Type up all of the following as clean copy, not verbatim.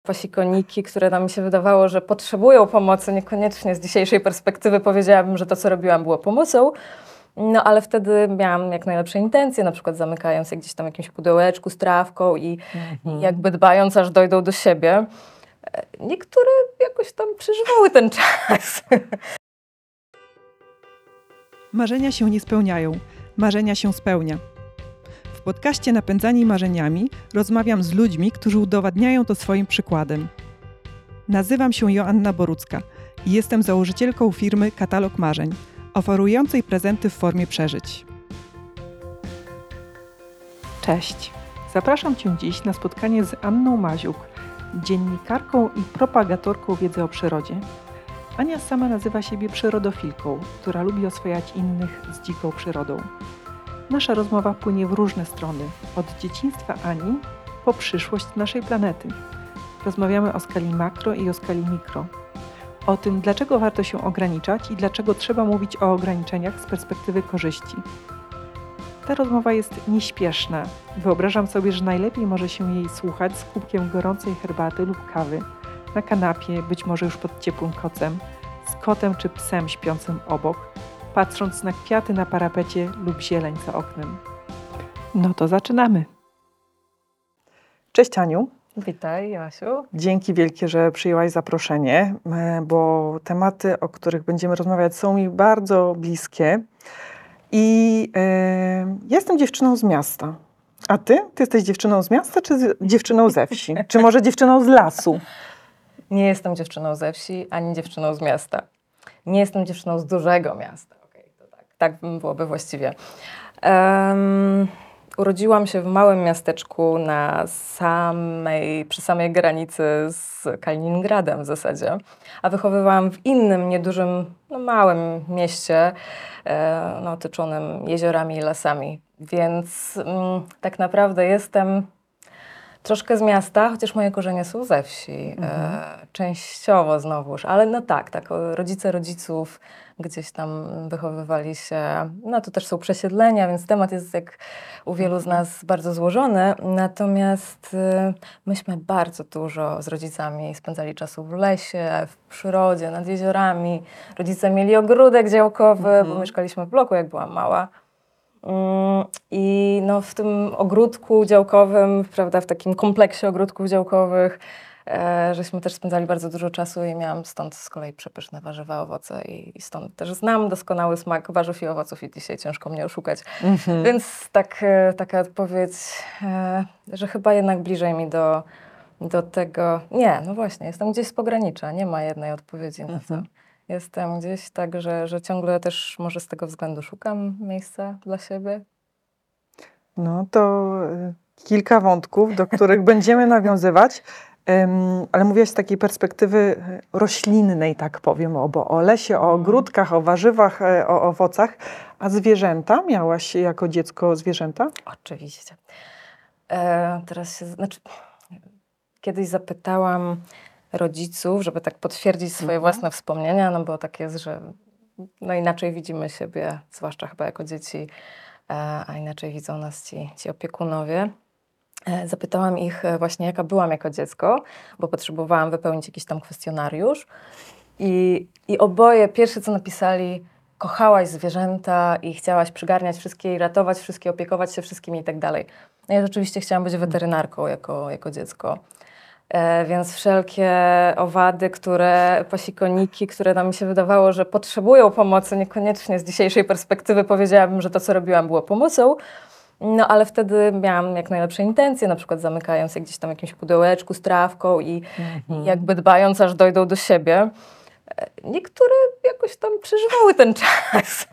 Pasikoniki, które nam się wydawało, że potrzebują pomocy, niekoniecznie z dzisiejszej perspektywy powiedziałabym, że to, co robiłam, było pomocą. No ale wtedy miałam jak najlepsze intencje, na przykład zamykając je gdzieś tam w jakimś pudełeczku z trawką i jakby dbając, aż dojdą do siebie. Niektóre jakoś tam przeżywały ten czas. Marzenia się nie spełniają, marzenia się spełnia. W podcaście Napędzani marzeniami rozmawiam z ludźmi, którzy udowadniają to swoim przykładem. Nazywam się Joanna Borucka i jestem założycielką firmy Katalog Marzeń, oferującej prezenty w formie przeżyć. Cześć! Zapraszam Cię dziś na spotkanie z Anną Maziuk, dziennikarką i propagatorką wiedzy o przyrodzie. Ania sama nazywa siebie przyrodofilką, która lubi oswajać innych z dziką przyrodą. Nasza rozmowa płynie w różne strony, od dzieciństwa Ani po przyszłość naszej planety. Rozmawiamy o skali makro i o skali mikro. O tym, dlaczego warto się ograniczać i dlaczego trzeba mówić o ograniczeniach z perspektywy korzyści. Ta rozmowa jest nieśpieszna. Wyobrażam sobie, że najlepiej może się jej słuchać z kubkiem gorącej herbaty lub kawy, na kanapie, być może już pod ciepłym kocem, z kotem czy psem śpiącym obok, patrząc na kwiaty na parapecie lub zieleń za oknem. No to zaczynamy. Cześć Aniu. Witaj, Jasiu. Dzięki wielkie, że przyjęłaś zaproszenie, bo tematy, o których będziemy rozmawiać, są mi bardzo bliskie. I jestem dziewczyną z miasta. A ty? Ty jesteś dziewczyną z miasta, czy dziewczyną ze wsi? Czy może dziewczyną z lasu? Nie jestem dziewczyną ze wsi, ani dziewczyną z miasta. Nie jestem dziewczyną z dużego miasta. To tak byłoby właściwie. Urodziłam się w małym miasteczku przy samej granicy z Kaliningradem w zasadzie, a wychowywałam w innym, niedużym, małym mieście, otoczonym jeziorami i lasami. Więc tak naprawdę jestem troszkę z miasta, chociaż moje korzenie są ze wsi, częściowo znowuż, ale rodzice rodziców gdzieś tam wychowywali się, to też są przesiedlenia, więc temat jest jak u wielu z nas bardzo złożony, natomiast myśmy bardzo dużo z rodzicami spędzali czasu w lesie, w przyrodzie, nad jeziorami. Rodzice mieli ogródek działkowy, bo mieszkaliśmy w bloku, jak byłam mała. I w tym ogródku działkowym, prawda, w takim kompleksie ogródków działkowych, żeśmy też spędzali bardzo dużo czasu i miałam stąd z kolei przepyszne warzywa, owoce i stąd też znam doskonały smak warzyw i owoców i dzisiaj ciężko mnie oszukać. Więc taka odpowiedź, że chyba jednak bliżej mi do tego. Nie, właśnie, jestem gdzieś z pogranicza, nie ma jednej odpowiedzi na to. Jestem gdzieś tak, że ciągle też może z tego względu szukam miejsca dla siebie. No to kilka wątków, do których będziemy nawiązywać, ale mówiłaś z takiej perspektywy roślinnej, tak powiem, bo o lesie, o ogródkach, o warzywach, o owocach. A zwierzęta? Miałaś jako dziecko zwierzęta? Oczywiście. Kiedyś zapytałam rodziców, żeby tak potwierdzić swoje własne wspomnienia, bo tak jest, że inaczej widzimy siebie, zwłaszcza chyba jako dzieci, a inaczej widzą nas ci opiekunowie. Zapytałam ich właśnie, jaka byłam jako dziecko, bo potrzebowałam wypełnić jakiś tam kwestionariusz i oboje pierwsze co napisali: kochałaś zwierzęta i chciałaś przygarniać wszystkie i ratować wszystkie, opiekować się wszystkimi i tak dalej. No ja rzeczywiście chciałam być weterynarką jako dziecko. Więc wszelkie owady, pasikoniki, które nam się wydawało, że potrzebują pomocy, niekoniecznie z dzisiejszej perspektywy powiedziałabym, że to, co robiłam, było pomocą. No ale wtedy miałam jak najlepsze intencje, na przykład zamykając je gdzieś tam w jakimś pudełeczku z trawką i jakby dbając, aż dojdą do siebie. Niektóre jakoś tam przeżywały ten czas.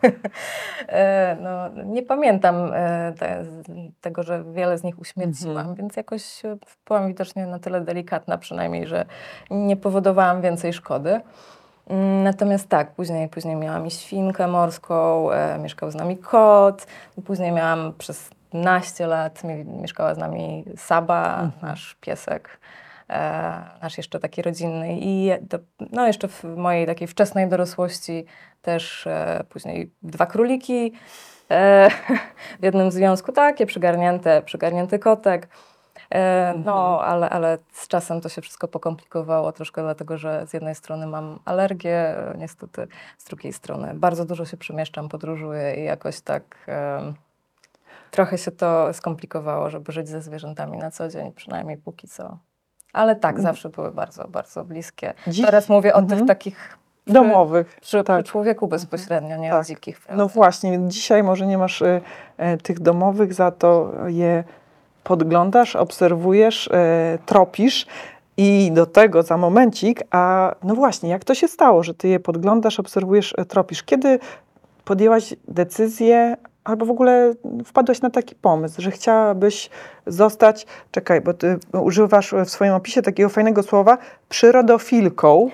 Nie pamiętam tego, że wiele z nich uśmierciłam, więc jakoś byłam widocznie na tyle delikatna przynajmniej, że nie powodowałam więcej szkody. Natomiast później miałam i świnkę morską, mieszkał z nami kot, później miałam przez 15 lat, mieszkała z nami Saba, nasz piesek. Nasz jeszcze taki rodzinny i jeszcze w mojej takiej wczesnej dorosłości też później 2 króliki w jednym związku, takie przygarnięty kotek. No, ale z czasem to się wszystko pokomplikowało troszkę, dlatego że z jednej strony mam alergię, niestety z drugiej strony bardzo dużo się przemieszczam, podróżuję i jakoś tak trochę się to skomplikowało, żeby żyć ze zwierzętami na co dzień, przynajmniej póki co. Ale tak, zawsze były bardzo, bardzo bliskie. Teraz mówię o tych takich domowych. Przy człowieku bezpośrednio, nie o dzikich. No właśnie, dzisiaj może nie masz tych domowych, za to je podglądasz, obserwujesz, tropisz i do tego za momencik, a no właśnie, jak to się stało, że ty je podglądasz, obserwujesz, tropisz? Kiedy podjęłaś decyzję, albo w ogóle wpadłaś na taki pomysł, że chciałabyś zostać, czekaj, bo ty używasz w swoim opisie takiego fajnego słowa, przyrodofilką,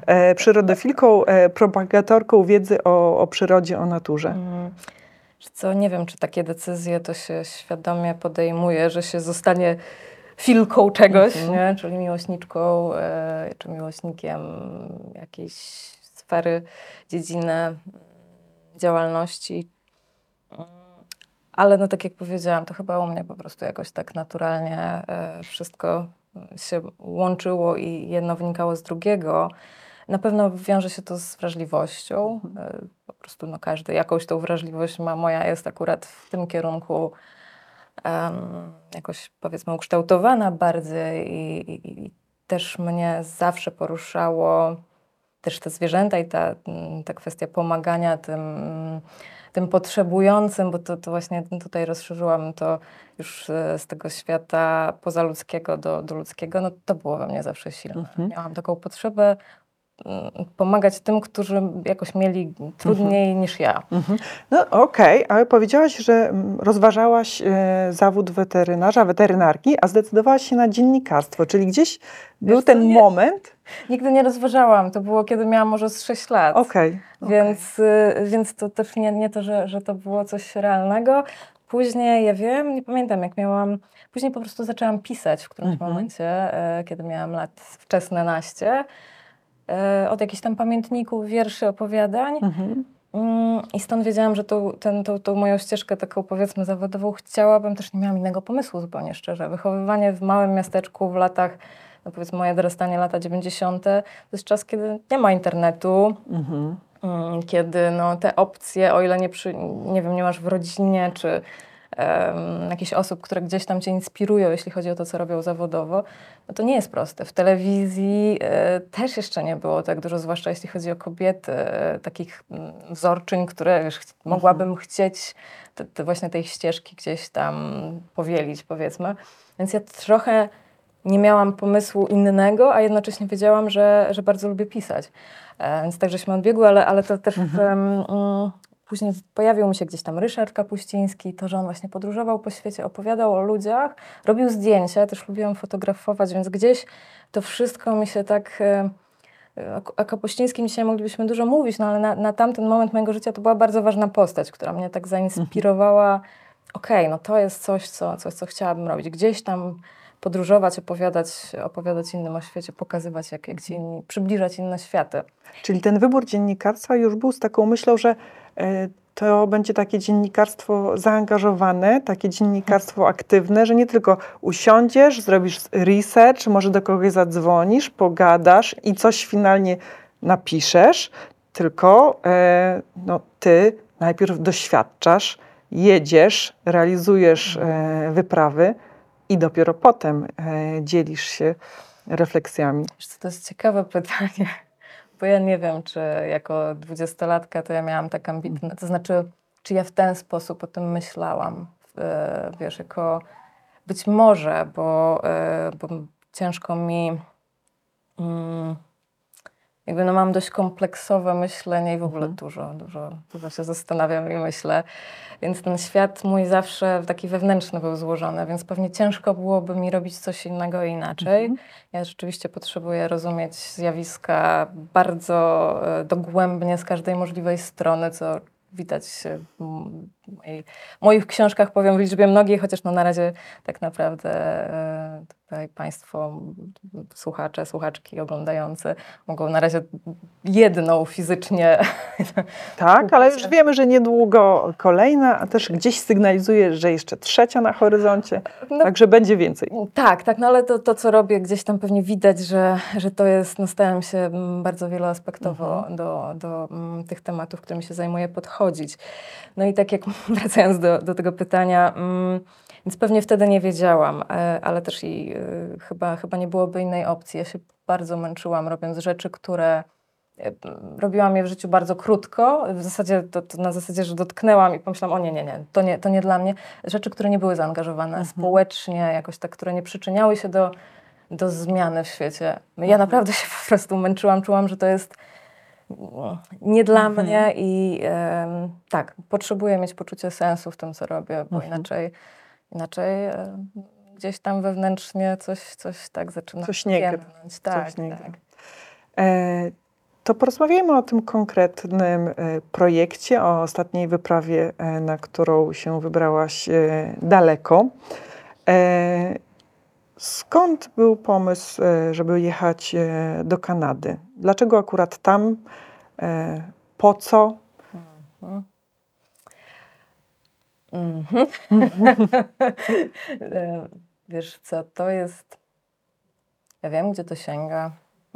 propagatorką wiedzy o przyrodzie, o naturze. Co, nie wiem, czy takie decyzje to się świadomie podejmuje, że się zostanie filką czegoś, nie? Czyli miłośniczką czy miłośnikiem jakiejś sfery, dziedziny działalności. Ale no tak jak powiedziałam, to chyba u mnie po prostu jakoś tak naturalnie wszystko się łączyło i jedno wynikało z drugiego. Na pewno wiąże się to z wrażliwością. Po prostu no, każdy jakąś tą wrażliwość ma. Moja jest akurat w tym kierunku jakoś powiedzmy ukształtowana bardziej i też mnie zawsze poruszało też te zwierzęta i ta kwestia pomagania tym potrzebującym, bo to właśnie tutaj rozszerzyłam to już z tego świata pozaludzkiego do ludzkiego, no to było we mnie zawsze silne. Miałam taką potrzebę pomagać tym, którzy jakoś mieli trudniej niż ja. No okej, ale powiedziałaś, że rozważałaś zawód weterynarza, weterynarki, a zdecydowałaś się na dziennikarstwo, czyli gdzieś był ten moment? Nigdy nie rozważałam, to było kiedy miałam może z 6 lat. Więc to też nie to, że to było coś realnego. Później, ja wiem, nie pamiętam jak miałam, później po prostu zaczęłam pisać w którymś momencie, kiedy miałam lat wczesne naście. Od jakichś tam pamiętników, wierszy, opowiadań. I stąd wiedziałam, że tą moją ścieżkę taką powiedzmy zawodową chciałabym, też nie miałam innego pomysłu zupełnie szczerze. Wychowywanie w małym miasteczku w latach, no powiedzmy moje dorastanie lata 90. to jest czas, kiedy nie ma internetu, kiedy no, te opcje, o ile nie wiem, nie masz w rodzinie, czy jakichś osób, które gdzieś tam cię inspirują, jeśli chodzi o to, co robią zawodowo, no to nie jest proste. W telewizji też jeszcze nie było tak dużo, zwłaszcza jeśli chodzi o kobiety, takich wzorczyń, które wiesz, mogłabym chcieć właśnie tej ścieżki gdzieś tam powielić, powiedzmy. Więc ja trochę nie miałam pomysłu innego, a jednocześnie wiedziałam, że bardzo lubię pisać. Więc tak żeśmy odbiegły, ale to też później pojawił mi się gdzieś tam Ryszard Kapuściński, to, że on właśnie podróżował po świecie, opowiadał o ludziach, robił zdjęcia, też lubiłam fotografować, więc gdzieś to wszystko mi się tak... O Kapuścińskim dzisiaj moglibyśmy dużo mówić, no ale na tamten moment mojego życia to była bardzo ważna postać, która mnie tak zainspirowała. Okej, no to jest coś, co chciałabym robić. Gdzieś tam podróżować, opowiadać innym o świecie, pokazywać, jak ci inni, przybliżać inne światy. Czyli ten wybór dziennikarstwa już był z taką myślą, że to będzie takie dziennikarstwo zaangażowane, takie dziennikarstwo aktywne, że nie tylko usiądziesz, zrobisz research, może do kogoś zadzwonisz, pogadasz i coś finalnie napiszesz, tylko no, ty najpierw doświadczasz, jedziesz, realizujesz wyprawy i dopiero potem dzielisz się refleksjami. Wiesz co, to jest ciekawe pytanie, bo ja nie wiem, czy jako 20-latka to ja miałam tak ambitne, to znaczy, czy ja w ten sposób o tym myślałam, wiesz, jako być może, bo ciężko mi, jakby no mam dość kompleksowe myślenie i w ogóle dużo się zastanawiam i myślę, więc ten świat mój zawsze taki wewnętrzny był złożony, więc pewnie ciężko byłoby mi robić coś innego i inaczej. Ja rzeczywiście potrzebuję rozumieć zjawiska bardzo dogłębnie z każdej możliwej strony, co widać moich książkach powiem w liczbie mnogiej, chociaż no na razie tak naprawdę tutaj Państwo, słuchacze, słuchaczki oglądający mogą na razie jedną fizycznie. Tak, ale już wiemy, że niedługo kolejna, a też gdzieś sygnalizuje, że jeszcze trzecia na horyzoncie, No, także będzie więcej. tak, no ale to, co robię, gdzieś tam pewnie widać, że to jest, no starałem się bardzo wieloaspektowo do tych tematów, którymi się zajmuję, podchodzić. No i tak jak wracając do tego pytania, więc pewnie wtedy nie wiedziałam, ale też i chyba nie byłoby innej opcji. Ja się bardzo męczyłam, robiąc rzeczy, które robiłam je w życiu bardzo krótko. W zasadzie to na zasadzie, że dotknęłam i pomyślałam, o nie, to nie dla mnie. Rzeczy, które nie były zaangażowane społecznie, jakoś tak, które nie przyczyniały się do zmiany w świecie. Ja naprawdę się po prostu męczyłam, czułam, że to jest nie dla mnie i tak, potrzebuję mieć poczucie sensu w tym, co robię, bo inaczej gdzieś tam wewnętrznie coś tak zaczyna więdnąć. Tak. To porozmawiajmy o tym konkretnym projekcie, o ostatniej wyprawie, na którą się wybrałaś daleko. Skąd był pomysł, żeby jechać do Kanady? Dlaczego akurat tam? Po co? Wiesz co, to jest... Ja wiem, gdzie to sięga.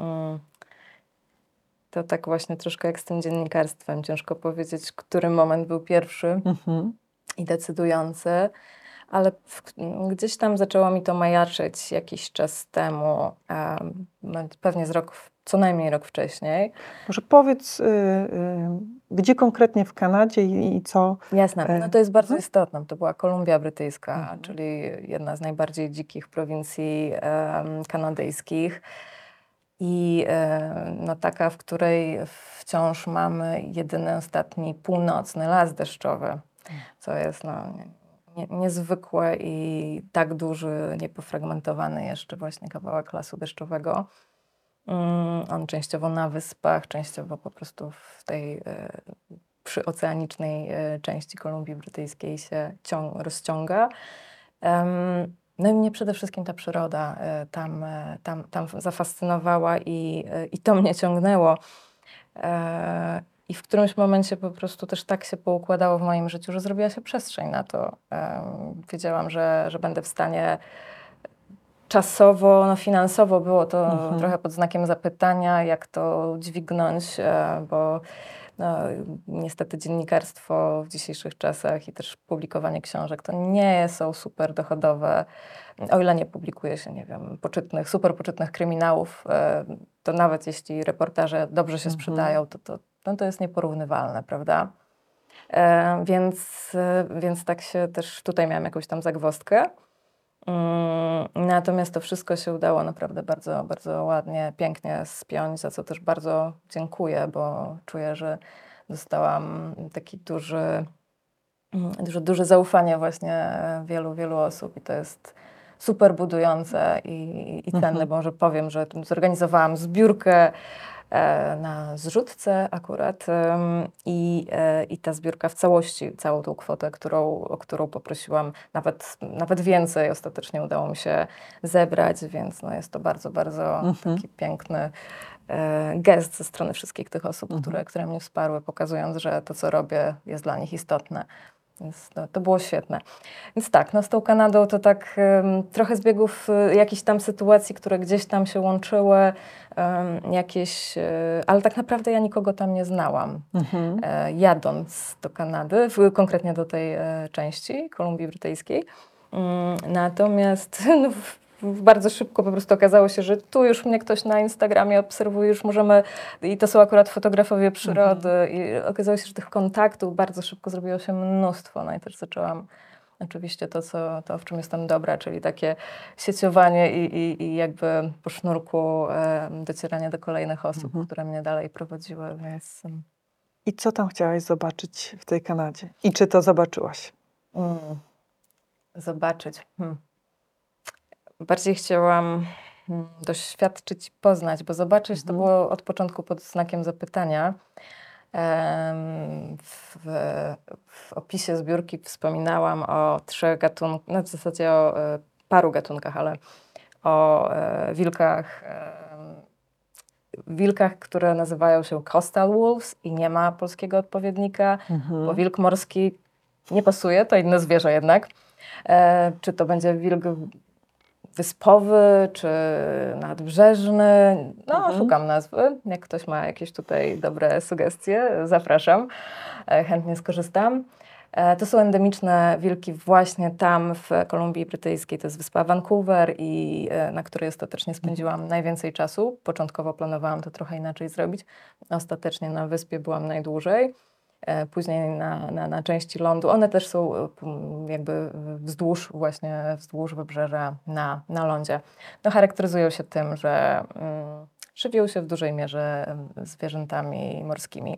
To tak właśnie troszkę jak z tym dziennikarstwem. Ciężko powiedzieć, który moment był pierwszy i decydujący, ale gdzieś tam zaczęło mi to majaczyć jakiś czas temu, pewnie co najmniej rok wcześniej. Może powiedz, gdzie konkretnie w Kanadzie i co? Jasne, no to jest bardzo istotne. To była Kolumbia Brytyjska, czyli jedna z najbardziej dzikich prowincji kanadyjskich. I no taka, w której wciąż mamy jedyny ostatni północny las deszczowy, co jest no, niezwykłe i tak duży, niepofragmentowany jeszcze właśnie kawałek lasu deszczowego. On częściowo na wyspach, częściowo po prostu w tej przyoceanicznej części Kolumbii Brytyjskiej się rozciąga. No i mnie przede wszystkim ta przyroda tam zafascynowała i to mnie ciągnęło. I w którymś momencie po prostu też tak się poukładało w moim życiu, że zrobiła się przestrzeń na to. Wiedziałam, że będę w stanie czasowo, no finansowo było to trochę pod znakiem zapytania, jak to dźwignąć, bo no, niestety dziennikarstwo w dzisiejszych czasach i też publikowanie książek to nie są super dochodowe. O ile nie publikuje się, nie wiem, super poczytnych kryminałów, to nawet jeśli reportaże dobrze się sprzedają, to jest nieporównywalne, prawda? Więc tak się też tutaj miałam jakąś tam zagwozdkę. Natomiast to wszystko się udało naprawdę bardzo, bardzo ładnie, pięknie spiąć, za co też bardzo dziękuję, bo czuję, że dostałam taki duże zaufanie właśnie wielu osób i to jest super budujące i cenne, bo może powiem, że zorganizowałam zbiórkę na zrzutce akurat i ta zbiórka w całości, całą tą kwotę, o którą poprosiłam, nawet więcej ostatecznie udało mi się zebrać, więc no jest to bardzo, bardzo taki piękny gest ze strony wszystkich tych osób, które mnie wsparły, pokazując, że to, co robię, jest dla nich istotne. Więc to było świetne. Więc tak, no z tą Kanadą to tak trochę zbiegów jakichś tam sytuacji, które gdzieś tam się łączyły, ale tak naprawdę ja nikogo tam nie znałam. Jadąc do Kanady, konkretnie do tej części Kolumbii Brytyjskiej. Natomiast no, bardzo szybko po prostu okazało się, że tu już mnie ktoś na Instagramie obserwuje, już możemy, i to są akurat fotografowie przyrody, i okazało się, że tych kontaktów bardzo szybko zrobiło się mnóstwo. No i też zaczęłam oczywiście to, w czym jestem dobra, czyli takie sieciowanie i jakby po sznurku docieranie do kolejnych osób, które mnie dalej prowadziły, więc... I co tam chciałaś zobaczyć w tej Kanadzie? I czy to zobaczyłaś? Zobaczyć. Bardziej chciałam doświadczyć i poznać, bo zobaczyć to było od początku pod znakiem zapytania. W, w opisie zbiórki wspominałam o 3 gatunkach, no w zasadzie o paru gatunkach, ale o wilkach, które nazywają się coastal wolves i nie ma polskiego odpowiednika, bo wilk morski nie pasuje, to inne zwierzę jednak. Czy to będzie wilk wyspowy, czy nadbrzeżny. No, szukam nazwy. Jak ktoś ma jakieś tutaj dobre sugestie, zapraszam. Chętnie skorzystam. To są endemiczne wilki właśnie tam w Kolumbii Brytyjskiej. To jest wyspa Vancouver i na której ostatecznie spędziłam najwięcej czasu. Początkowo planowałam to trochę inaczej zrobić. Ostatecznie na wyspie byłam najdłużej. Później na części lądu. One też są jakby wzdłuż wybrzeża na lądzie. No, charakteryzują się tym, że żywią się w dużej mierze zwierzętami morskimi.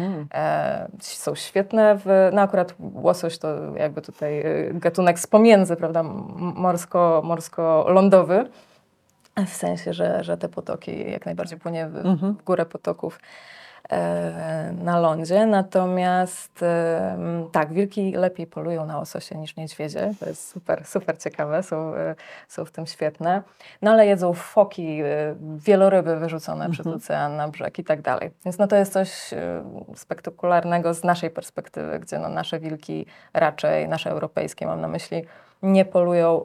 Są świetne no akurat łosoś to jakby tutaj gatunek z pomiędzy, prawda, morsko-lądowy. W sensie, że te potoki jak najbardziej płynie w górę potoków na lądzie. Natomiast tak, wilki lepiej polują na łososie niż niedźwiedzie. To jest super, super ciekawe, są w tym świetne. No ale jedzą foki, wieloryby wyrzucone przez ocean na brzeg i tak dalej. Więc no to jest coś spektakularnego z naszej perspektywy, gdzie no nasze wilki raczej, nasze europejskie mam na myśli, nie polują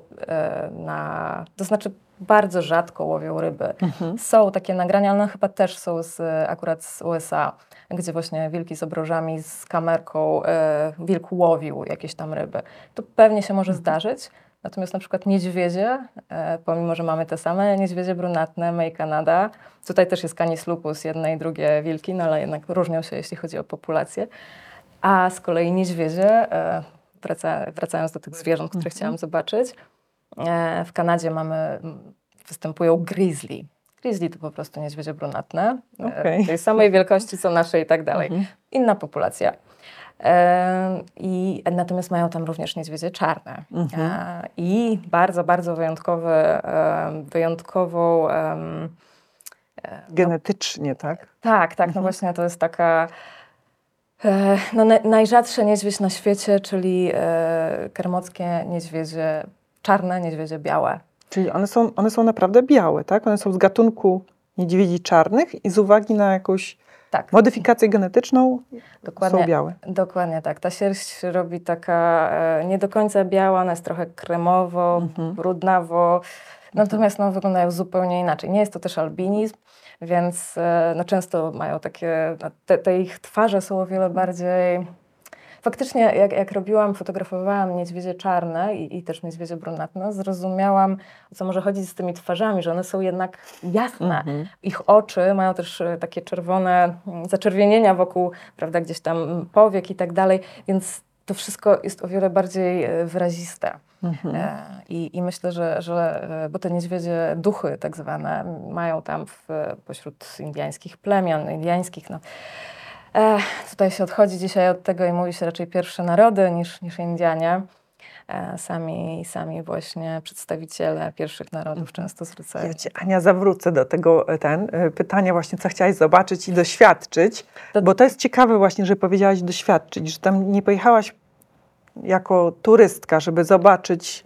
to znaczy bardzo rzadko łowią ryby. Są takie nagrania, ale one chyba też są akurat z USA, gdzie właśnie wilki z obrożami, z kamerką, wilk łowił jakieś tam ryby. To pewnie się może zdarzyć, natomiast na przykład niedźwiedzie, pomimo że mamy te same, niedźwiedzie brunatne, May Canada, tutaj też jest Canis lupus, jedne i drugie wilki, no ale jednak różnią się, jeśli chodzi o populację. A z kolei niedźwiedzie, wracając do tych zwierząt, które chciałam zobaczyć, w Kanadzie występują grizzly. Grizzly to po prostu niedźwiedzie brunatne, tej samej wielkości co nasze i tak dalej. Inna populacja. Natomiast mają tam również niedźwiedzie czarne. I bardzo, bardzo wyjątkową... Genetycznie, tak? Tak, no właśnie to jest taka... najrzadszy niedźwiedź na świecie, czyli kermockie niedźwiedzie czarne, niedźwiedzie białe. Czyli one są naprawdę białe, tak? One są z gatunku niedźwiedzi czarnych i z uwagi na jakąś modyfikację genetyczną są białe. Dokładnie tak. Ta sierść robi taka nie do końca biała, ona jest trochę kremowo, brudnawo, natomiast wyglądają zupełnie inaczej. Nie jest to też albinizm, więc często mają takie, te ich twarze są o wiele bardziej... Faktycznie, jak fotografowałam niedźwiedzie czarne i też niedźwiedzie brunatne, zrozumiałam, o co może chodzić z tymi twarzami, że one są jednak jasne. Ich oczy mają też takie czerwone zaczerwienienia wokół, prawda, gdzieś tam powiek i tak dalej, więc to wszystko jest o wiele bardziej wyraziste. I myślę, bo te niedźwiedzie duchy tak zwane mają tam pośród indiańskich plemion, tutaj się odchodzi dzisiaj od tego i mówi się raczej pierwsze narody niż Indianie. Sami właśnie przedstawiciele pierwszych narodów często zwracają. Ja Cię, Ania, zawrócę do tego pytania właśnie, co chciałaś zobaczyć i doświadczyć, bo to jest ciekawe właśnie, że powiedziałaś doświadczyć, że tam nie pojechałaś jako turystka, żeby zobaczyć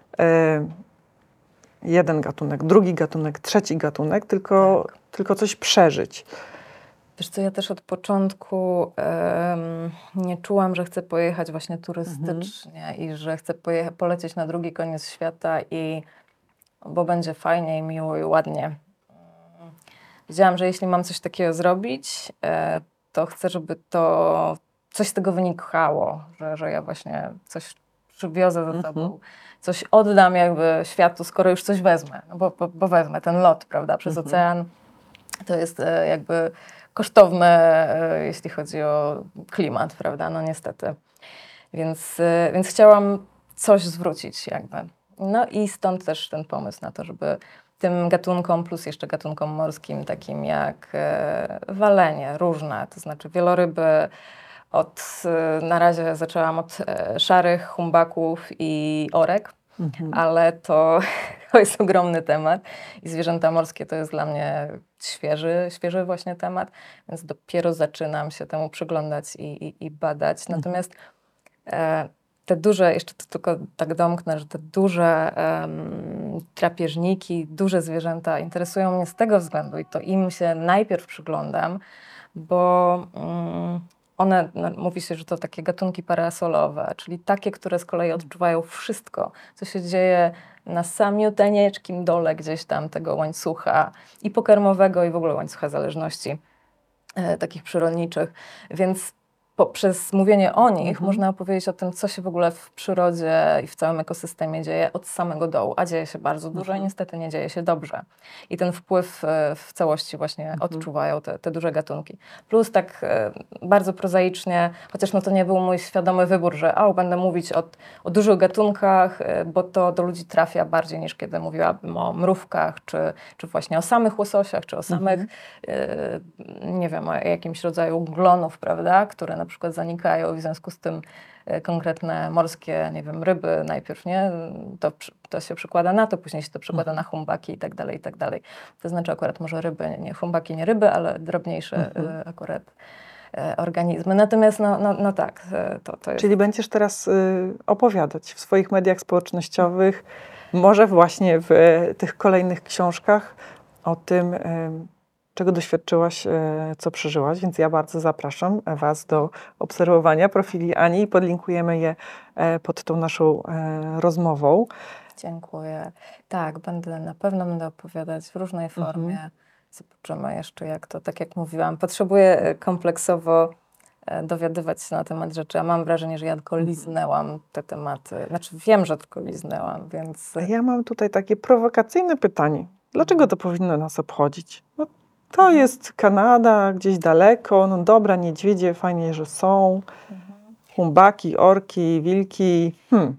jeden gatunek, drugi gatunek, trzeci gatunek, tylko coś przeżyć. Wiesz co, ja też od początku nie czułam, że chcę pojechać właśnie turystycznie i że chcę polecieć na drugi koniec świata bo będzie fajnie i miło i ładnie. Wiedziałam, że jeśli mam coś takiego zrobić, to chcę, żeby coś z tego wynikało, że ja właśnie coś przywiozę ze sobą, coś oddam jakby światu, skoro już coś wezmę, bo wezmę ten lot, prawda, przez ocean. To jest jakby kosztowne, jeśli chodzi o klimat, prawda, no niestety. Więc chciałam coś zwrócić jakby. No i stąd też ten pomysł na to, żeby tym gatunkom, plus jeszcze gatunkom morskim, takim jak walenie, różne, to znaczy wieloryby, na razie zaczęłam od szarych, humbaków i orek. ale to, to jest ogromny temat i zwierzęta morskie to jest dla mnie świeży właśnie temat, więc dopiero zaczynam się temu przyglądać i badać. Natomiast te duże, jeszcze to tylko tak domknę, że te duże drapieżniki, duże zwierzęta interesują mnie z tego względu i to im się najpierw przyglądam, bo one, no, mówi się, że to takie gatunki parasolowe, czyli takie, które z kolei odczuwają wszystko, co się dzieje na samiuteńkim dole gdzieś tam tego łańcucha i pokarmowego i w ogóle łańcucha zależności takich przyrodniczych, więc poprzez mówienie o nich można opowiedzieć o tym, co się w ogóle w przyrodzie i w całym ekosystemie dzieje od samego dołu, a dzieje się bardzo dużo i niestety nie dzieje się dobrze. I ten wpływ w całości właśnie odczuwają te duże gatunki. Plus tak bardzo prozaicznie, chociaż no to nie był mój świadomy wybór, że będę mówić o dużych gatunkach, bo to do ludzi trafia bardziej niż kiedy mówiłabym o mrówkach, czy właśnie o samych łososiach, czy o samych, nie wiem, o jakimś rodzaju glonów, prawda, które na przykład zanikają i w związku z tym konkretne morskie, nie wiem, ryby najpierw, nie? To się przekłada na to, później się to przekłada na humbaki i tak dalej, i tak dalej. To znaczy akurat może ryby, nie humbaki, nie ryby, ale drobniejsze akurat organizmy. Natomiast no tak, to jest... Czyli będziesz teraz opowiadać w swoich mediach społecznościowych, może właśnie w tych kolejnych książkach o tym, czego doświadczyłaś, co przeżyłaś, więc ja bardzo zapraszam Was do obserwowania profili Ani i podlinkujemy je pod tą naszą rozmową. Dziękuję. Tak, na pewno będę opowiadać w różnej formie. Zobaczymy jeszcze, jak to, tak jak mówiłam, potrzebuję kompleksowo dowiadywać się na temat rzeczy, a mam wrażenie, że ja tylko liznęłam te tematy. Znaczy wiem, że tylko liznęłam, więc... Ja mam tutaj takie prowokacyjne pytanie. Dlaczego to powinno nas obchodzić? No, to jest Kanada, gdzieś daleko, no dobra, niedźwiedzie, fajnie, że są, humbaki, orki, wilki.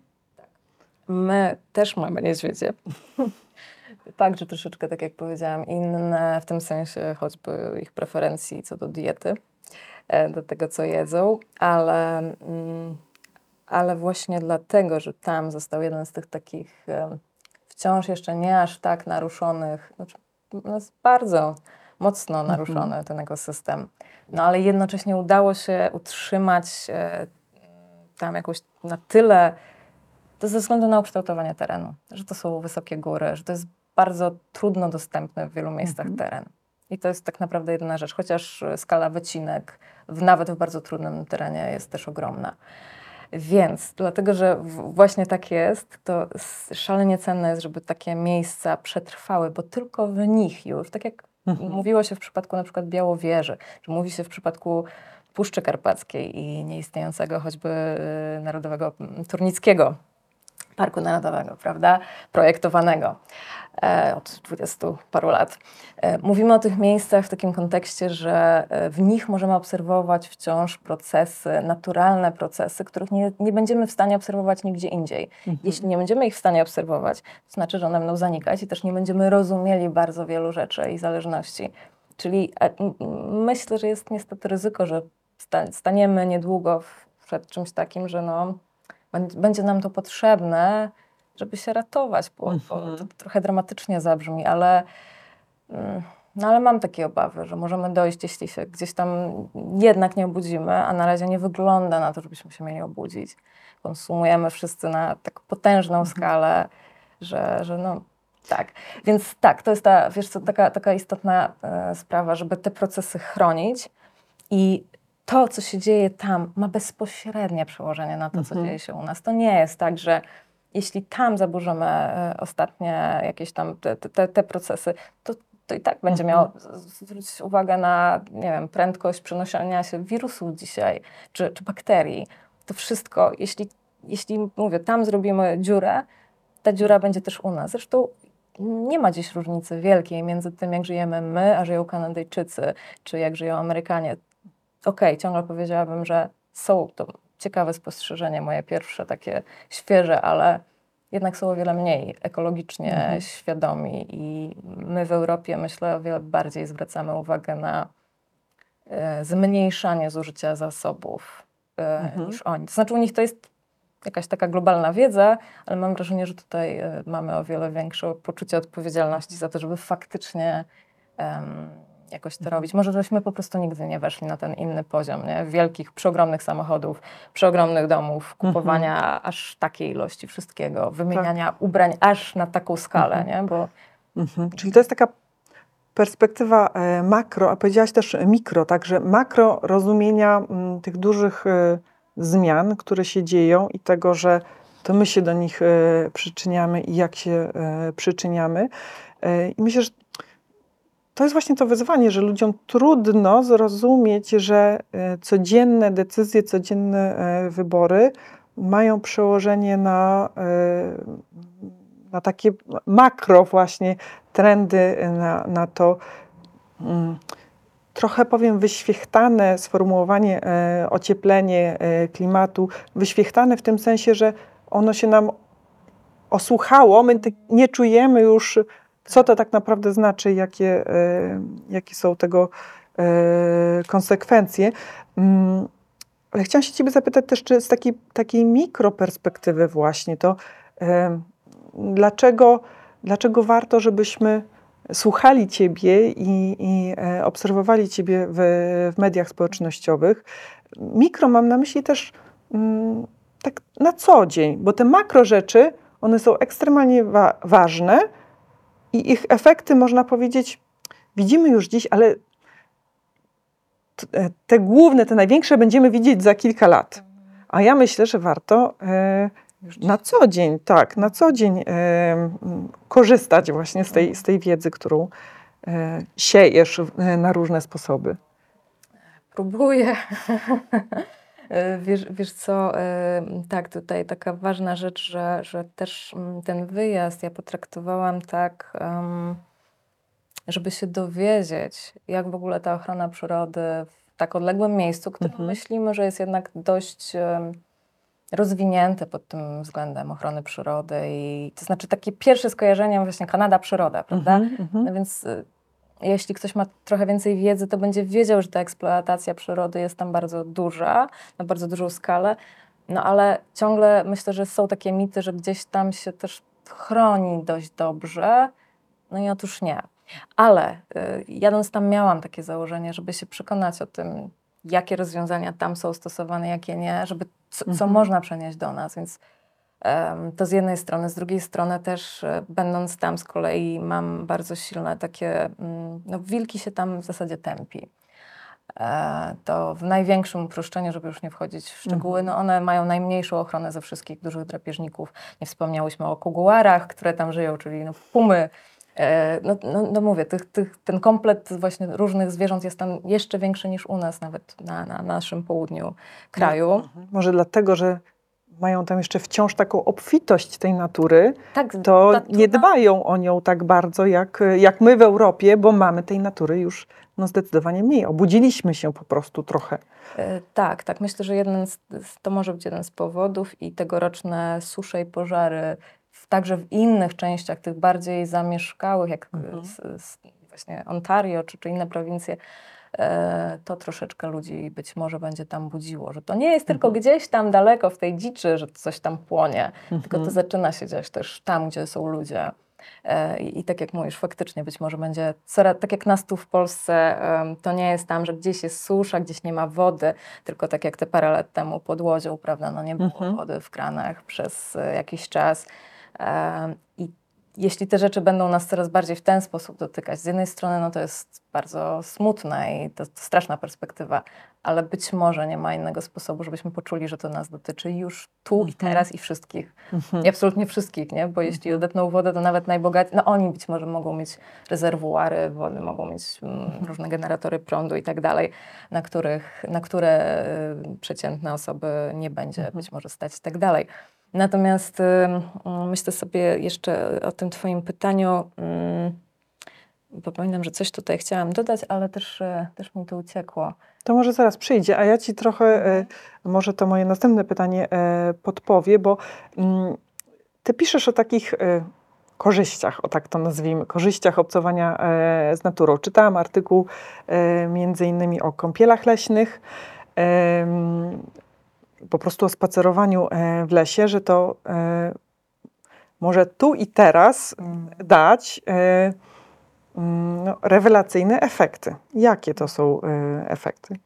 My też mamy niedźwiedzie. Także troszeczkę, tak jak powiedziałam, inne w tym sensie choćby ich preferencji co do diety, do tego, co jedzą, ale właśnie dlatego, że tam został jeden z tych takich wciąż jeszcze nie aż tak naruszonych, znaczy jest bardzo mocno naruszony ten ekosystem, no ale jednocześnie udało się utrzymać tam jakąś na tyle, to ze względu na ukształtowanie terenu, że to są wysokie góry, że to jest bardzo trudno dostępny w wielu miejscach teren. I to jest tak naprawdę jedyna rzecz, chociaż skala wycinek nawet w bardzo trudnym terenie jest też ogromna. Więc dlatego, że właśnie tak jest, to szalenie cenne jest, żeby takie miejsca przetrwały, bo tylko w nich już, tak jak mówiło się w przypadku na przykład Białowieży, czy mówi się w przypadku Puszczy Karpackiej i nieistniejącego choćby Narodowego Turnickiego Parku Narodowego, prawda, projektowanego od 20 paru lat. Mówimy o tych miejscach w takim kontekście, że w nich możemy obserwować wciąż procesy, naturalne procesy, których nie będziemy w stanie obserwować nigdzie indziej. Jeśli nie będziemy ich w stanie obserwować, to znaczy, że one będą zanikać i też nie będziemy rozumieli bardzo wielu rzeczy i zależności. Czyli myślę, że jest niestety ryzyko, że staniemy niedługo przed czymś takim, że będzie nam to potrzebne, żeby się ratować, bo to trochę dramatycznie zabrzmi, ale mam takie obawy, że możemy dojść, jeśli się gdzieś tam jednak nie obudzimy, a na razie nie wygląda na to, żebyśmy się mieli obudzić. Konsumujemy wszyscy na tak potężną skalę, że tak. Więc tak, to jest taka istotna sprawa, żeby te procesy chronić i to, co się dzieje tam, ma bezpośrednie przełożenie na to, co dzieje się u nas. To nie jest tak, że jeśli tam zaburzymy ostatnie jakieś tam te procesy, to i tak będzie miało, zwrócić uwagę na, nie wiem, prędkość przenoszenia się wirusów dzisiaj, czy bakterii. To wszystko, jeśli mówię, tam zrobimy dziurę, ta dziura będzie też u nas. Zresztą nie ma dziś różnicy wielkiej między tym, jak żyjemy my, a żyją Kanadyjczycy, czy jak żyją Amerykanie. Ciągle powiedziałabym, że są to ciekawe spostrzeżenie, moje pierwsze takie świeże, ale jednak są o wiele mniej ekologicznie świadomi i my w Europie, myślę, o wiele bardziej zwracamy uwagę na zmniejszanie zużycia zasobów niż oni. To znaczy u nich to jest jakaś taka globalna wiedza, ale mam wrażenie, że tutaj mamy o wiele większe poczucie odpowiedzialności za to, żeby faktycznie jakoś to robić. Może żeśmy po prostu nigdy nie weszli na ten inny poziom, nie? Wielkich, przeogromnych samochodów, przeogromnych domów, kupowania aż takiej ilości wszystkiego, wymieniania ubrań aż na taką skalę, nie? Bo... Czyli to jest taka perspektywa makro, a powiedziałaś też mikro, także makro rozumienia tych dużych zmian, które się dzieją i tego, że to my się do nich przyczyniamy i jak się przyczyniamy. I myślę, że to jest właśnie to wyzwanie, że ludziom trudno zrozumieć, że codzienne decyzje, codzienne wybory mają przełożenie na takie makro właśnie trendy, na to trochę powiem wyświechtane sformułowanie ocieplenie klimatu, wyświechtane w tym sensie, że ono się nam osłuchało, my nie czujemy już, co to tak naprawdę znaczy, jakie są tego konsekwencje. Ale chciałam się ciebie zapytać też, czy z takiej mikroperspektywy właśnie to dlaczego warto, żebyśmy słuchali ciebie i obserwowali ciebie w mediach społecznościowych. Mikro mam na myśli też tak na co dzień, bo te makro rzeczy, one są ekstremalnie ważne i ich efekty, można powiedzieć, widzimy już dziś, ale te główne, te największe będziemy widzieć za kilka lat. A ja myślę, że warto na co dzień, tak, na co dzień korzystać właśnie z tej wiedzy, którą siejesz na różne sposoby. Próbuję. Wiesz co, tak, tutaj taka ważna rzecz, że też ten wyjazd ja potraktowałam tak, żeby się dowiedzieć, jak w ogóle ta ochrona przyrody w tak odległym miejscu, które myślimy, że jest jednak dość rozwinięte pod tym względem ochrony przyrody i to znaczy takie pierwsze skojarzenie właśnie Kanada, przyroda, prawda? No więc jeśli ktoś ma trochę więcej wiedzy, to będzie wiedział, że ta eksploatacja przyrody jest tam bardzo duża, na bardzo dużą skalę, no ale ciągle myślę, że są takie mity, że gdzieś tam się też chroni dość dobrze, no i otóż nie. Ale jadąc tam miałam takie założenie, żeby się przekonać o tym, jakie rozwiązania tam są stosowane, jakie nie, żeby co można przenieść do nas, więc to z jednej strony, z drugiej strony też będąc tam z kolei mam bardzo silne takie, no wilki się tam w zasadzie tępi. To w największym uproszczeniu, żeby już nie wchodzić w szczegóły, no one mają najmniejszą ochronę ze wszystkich dużych drapieżników. Nie wspomniałyśmy o kuguarach, które tam żyją, czyli no pumy. No mówię, ten komplet właśnie różnych zwierząt jest tam jeszcze większy niż u nas, nawet na naszym południu kraju. Może dlatego, że mają tam jeszcze wciąż taką obfitość tej natury, tak, to nie dbają o nią tak bardzo jak my w Europie, bo mamy tej natury już zdecydowanie mniej. Obudziliśmy się po prostu trochę. Tak. Myślę, że to może być jeden z powodów i tegoroczne susze i pożary także w innych częściach, tych bardziej zamieszkałych, jak właśnie Ontario czy inne prowincje, to troszeczkę ludzi być może będzie tam budziło, że to nie jest tylko gdzieś tam daleko w tej dziczy, że coś tam płonie, tylko to zaczyna się dziać też tam, gdzie są ludzie. I tak jak mówisz, faktycznie być może będzie, tak jak nas tu w Polsce, to nie jest tam, że gdzieś jest susza, gdzieś nie ma wody, tylko tak jak te parę lat temu pod Łodzią, prawda, no nie było wody w kranach przez jakiś czas. I jeśli te rzeczy będą nas coraz bardziej w ten sposób dotykać, z jednej strony no to jest bardzo smutne i to straszna perspektywa, ale być może nie ma innego sposobu, żebyśmy poczuli, że to nas dotyczy już tu i teraz i wszystkich. I absolutnie wszystkich, nie? Bo jeśli odetną wodę, to nawet najbogatsi, no oni być może mogą mieć rezerwuary wody, mogą mieć różne generatory prądu i tak dalej, na które przeciętne osoby nie będzie być może stać i tak dalej. Natomiast myślę sobie jeszcze o tym twoim pytaniu, bo pamiętam, że coś tutaj chciałam dodać, ale też mi to uciekło. To może zaraz przyjdzie, a ja ci trochę, może to moje następne pytanie podpowie, bo ty piszesz o takich korzyściach, o tak to nazwijmy, korzyściach obcowania z naturą. Czytałam artykuł między innymi o kąpielach leśnych, po prostu o spacerowaniu w lesie, że to może tu i teraz dać rewelacyjne efekty. Jakie to są efekty?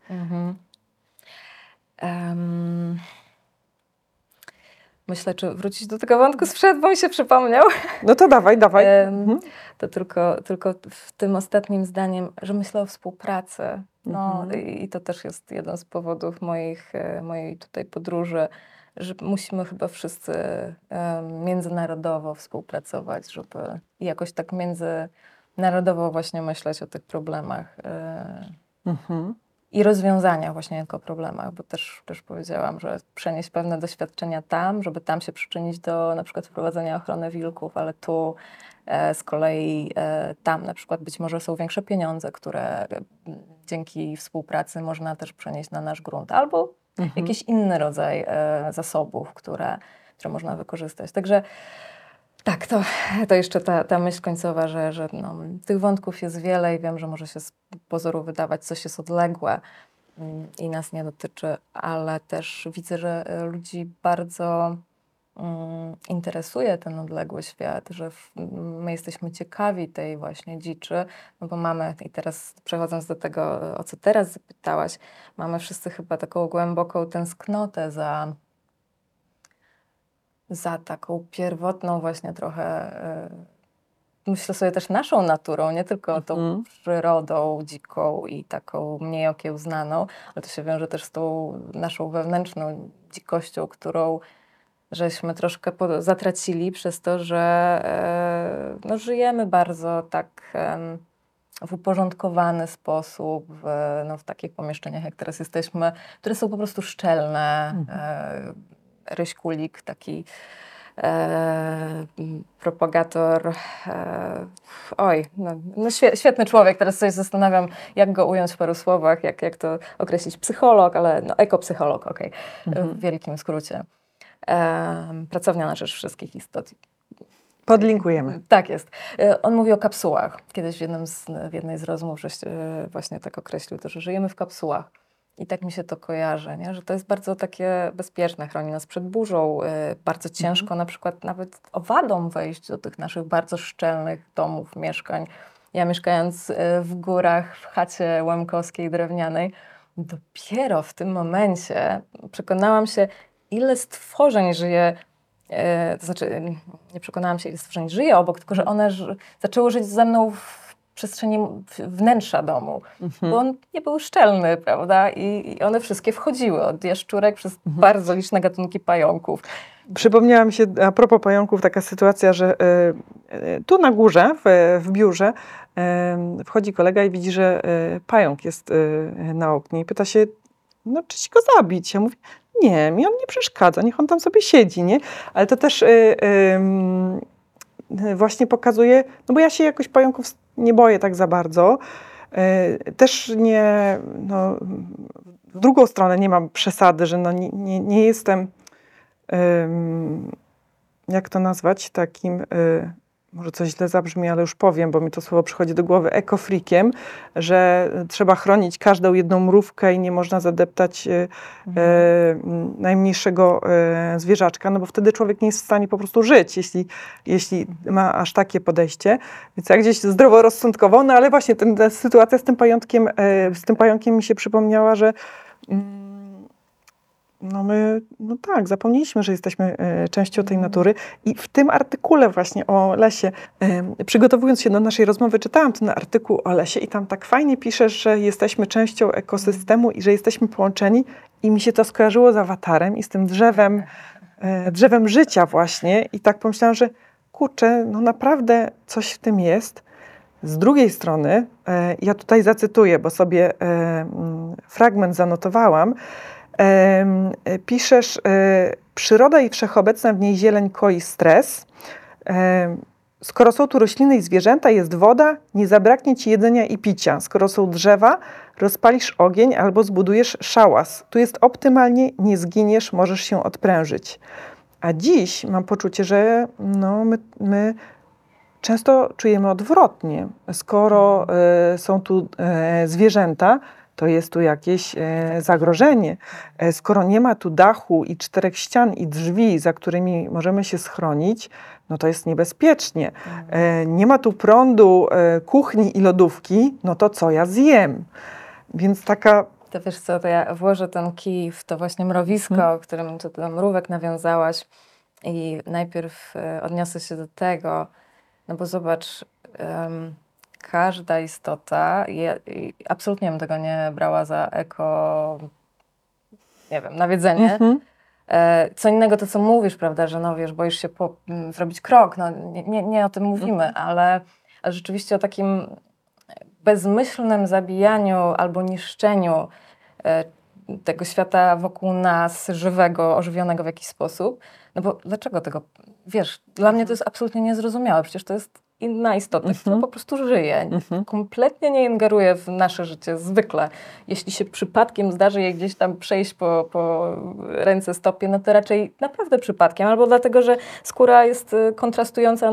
Myślę, czy wrócić do tego wątku sprzed, bo mi się przypomniał. No to dawaj. To tylko w tym ostatnim zdaniem, że myślę o współpracy. No, i to też jest jeden z powodów mojej tutaj podróży, że musimy chyba wszyscy międzynarodowo współpracować, żeby jakoś tak międzynarodowo właśnie myśleć o tych problemach i rozwiązaniach właśnie jako problemach, bo też powiedziałam, że przenieść pewne doświadczenia tam, żeby tam się przyczynić do na przykład wprowadzenia ochrony wilków, ale tu z kolei tam na przykład być może są większe pieniądze, które dzięki współpracy można też przenieść na nasz grunt, albo jakiś inny rodzaj zasobów, które można wykorzystać. Także tak, to jeszcze ta myśl końcowa, że tych wątków jest wiele i wiem, że może się z pozoru wydawać, coś jest odległe i nas nie dotyczy, ale też widzę, że ludzi bardzo interesuje ten odległy świat, że my jesteśmy ciekawi tej właśnie dziczy, no bo mamy, i teraz przechodząc do tego, o co teraz zapytałaś, mamy wszyscy chyba taką głęboką tęsknotę za taką pierwotną właśnie trochę, myślę sobie też naszą naturą, nie tylko tą przyrodą dziką i taką mniej okiełznaną, ale to się wiąże też z tą naszą wewnętrzną dzikością, którą żeśmy troszkę zatracili przez to, że żyjemy bardzo tak w uporządkowany sposób, w takich pomieszczeniach, jak teraz jesteśmy, które są po prostu szczelne. Ryś Kulik, taki propagator, świetny człowiek, teraz sobie zastanawiam, jak go ująć w paru słowach, jak to określić, psycholog, ale ekopsycholog, w wielkim skrócie. Pracownia na rzecz wszystkich istot. Podlinkujemy. Tak jest. On mówi o kapsułach. Kiedyś w jednej z rozmów właśnie tak określił to, że żyjemy w kapsułach. I tak mi się to kojarzy, nie? Że to jest bardzo takie bezpieczne, chroni nas przed burzą, bardzo ciężko na przykład nawet owadom wejść do tych naszych bardzo szczelnych domów, mieszkań. Ja mieszkając w górach, w chacie łemkowskiej, drewnianej, dopiero w tym momencie przekonałam się, ile stworzeń żyje, to znaczy nie przekonałam się, ile stworzeń żyje obok, tylko że one zaczęły żyć ze mną w przestrzeni wnętrza domu, bo on nie był szczelny, prawda? I one wszystkie wchodziły, od jaszczurek przez bardzo liczne gatunki pająków. Przypomniała mi się, a propos pająków, taka sytuacja, że tu na górze, w biurze, wchodzi kolega i widzi, że pająk jest na oknie i pyta się, czy ci go zabić? Ja mówię, nie, mi on nie przeszkadza, niech on tam sobie siedzi, nie? Ale to też właśnie pokazuje, bo ja się jakoś pająków nie boję tak za bardzo. Też nie, w drugą stronę nie mam przesady, że nie jestem, jak to nazwać, takim, może coś źle zabrzmi, ale już powiem, bo mi to słowo przychodzi do głowy, ekofrikiem, że trzeba chronić każdą jedną mrówkę i nie można zadeptać najmniejszego zwierzaczka, bo wtedy człowiek nie jest w stanie po prostu żyć, jeśli ma aż takie podejście. Więc ja gdzieś zdroworozsądkowo, ale właśnie ta sytuacja z tym pająkiem mi się przypomniała, że my tak, zapomnieliśmy, że jesteśmy częścią tej natury i w tym artykule właśnie o lesie, przygotowując się do naszej rozmowy, czytałam ten artykuł o lesie i tam tak fajnie piszesz, że jesteśmy częścią ekosystemu i że jesteśmy połączeni i mi się to skojarzyło z awatarem i z tym drzewem życia właśnie i tak pomyślałam, że kurczę, naprawdę coś w tym jest. Z drugiej strony, ja tutaj zacytuję, bo sobie fragment zanotowałam, piszesz, przyroda i wszechobecna w niej zieleń koi stres. Skoro są tu rośliny i zwierzęta, jest woda, nie zabraknie ci jedzenia i picia. Skoro są drzewa, rozpalisz ogień albo zbudujesz szałas. Tu jest optymalnie, nie zginiesz, możesz się odprężyć. A dziś mam poczucie, że my często czujemy odwrotnie. Skoro są tu zwierzęta, to jest tu jakieś zagrożenie. Skoro nie ma tu dachu i 4 ścian i drzwi, za którymi możemy się schronić, no to jest niebezpiecznie. Nie ma tu prądu, kuchni i lodówki, no to co ja zjem? Więc taka... To wiesz co, to ja włożę ten kij w to właśnie mrowisko, o którym tu do mrówek nawiązałaś i najpierw odniosę się do tego, no bo zobacz, każda istota, absolutnie bym tego nie brała za nie wiem, nawiedzenie. Co innego to, co mówisz, prawda, że no wiesz, boisz się zrobić krok, no nie o tym mówimy, ale rzeczywiście o takim bezmyślnym zabijaniu albo niszczeniu tego świata wokół nas, żywego, ożywionego w jakiś sposób. No bo dlaczego tego? Wiesz, dla mnie to jest absolutnie niezrozumiałe. Przecież to jest inna istota, która po prostu żyje. Kompletnie nie ingeruje w nasze życie zwykle. Jeśli się przypadkiem zdarzy jej gdzieś tam przejść po ręce, stopie, no to raczej naprawdę przypadkiem. Albo dlatego, że skóra jest kontrastująca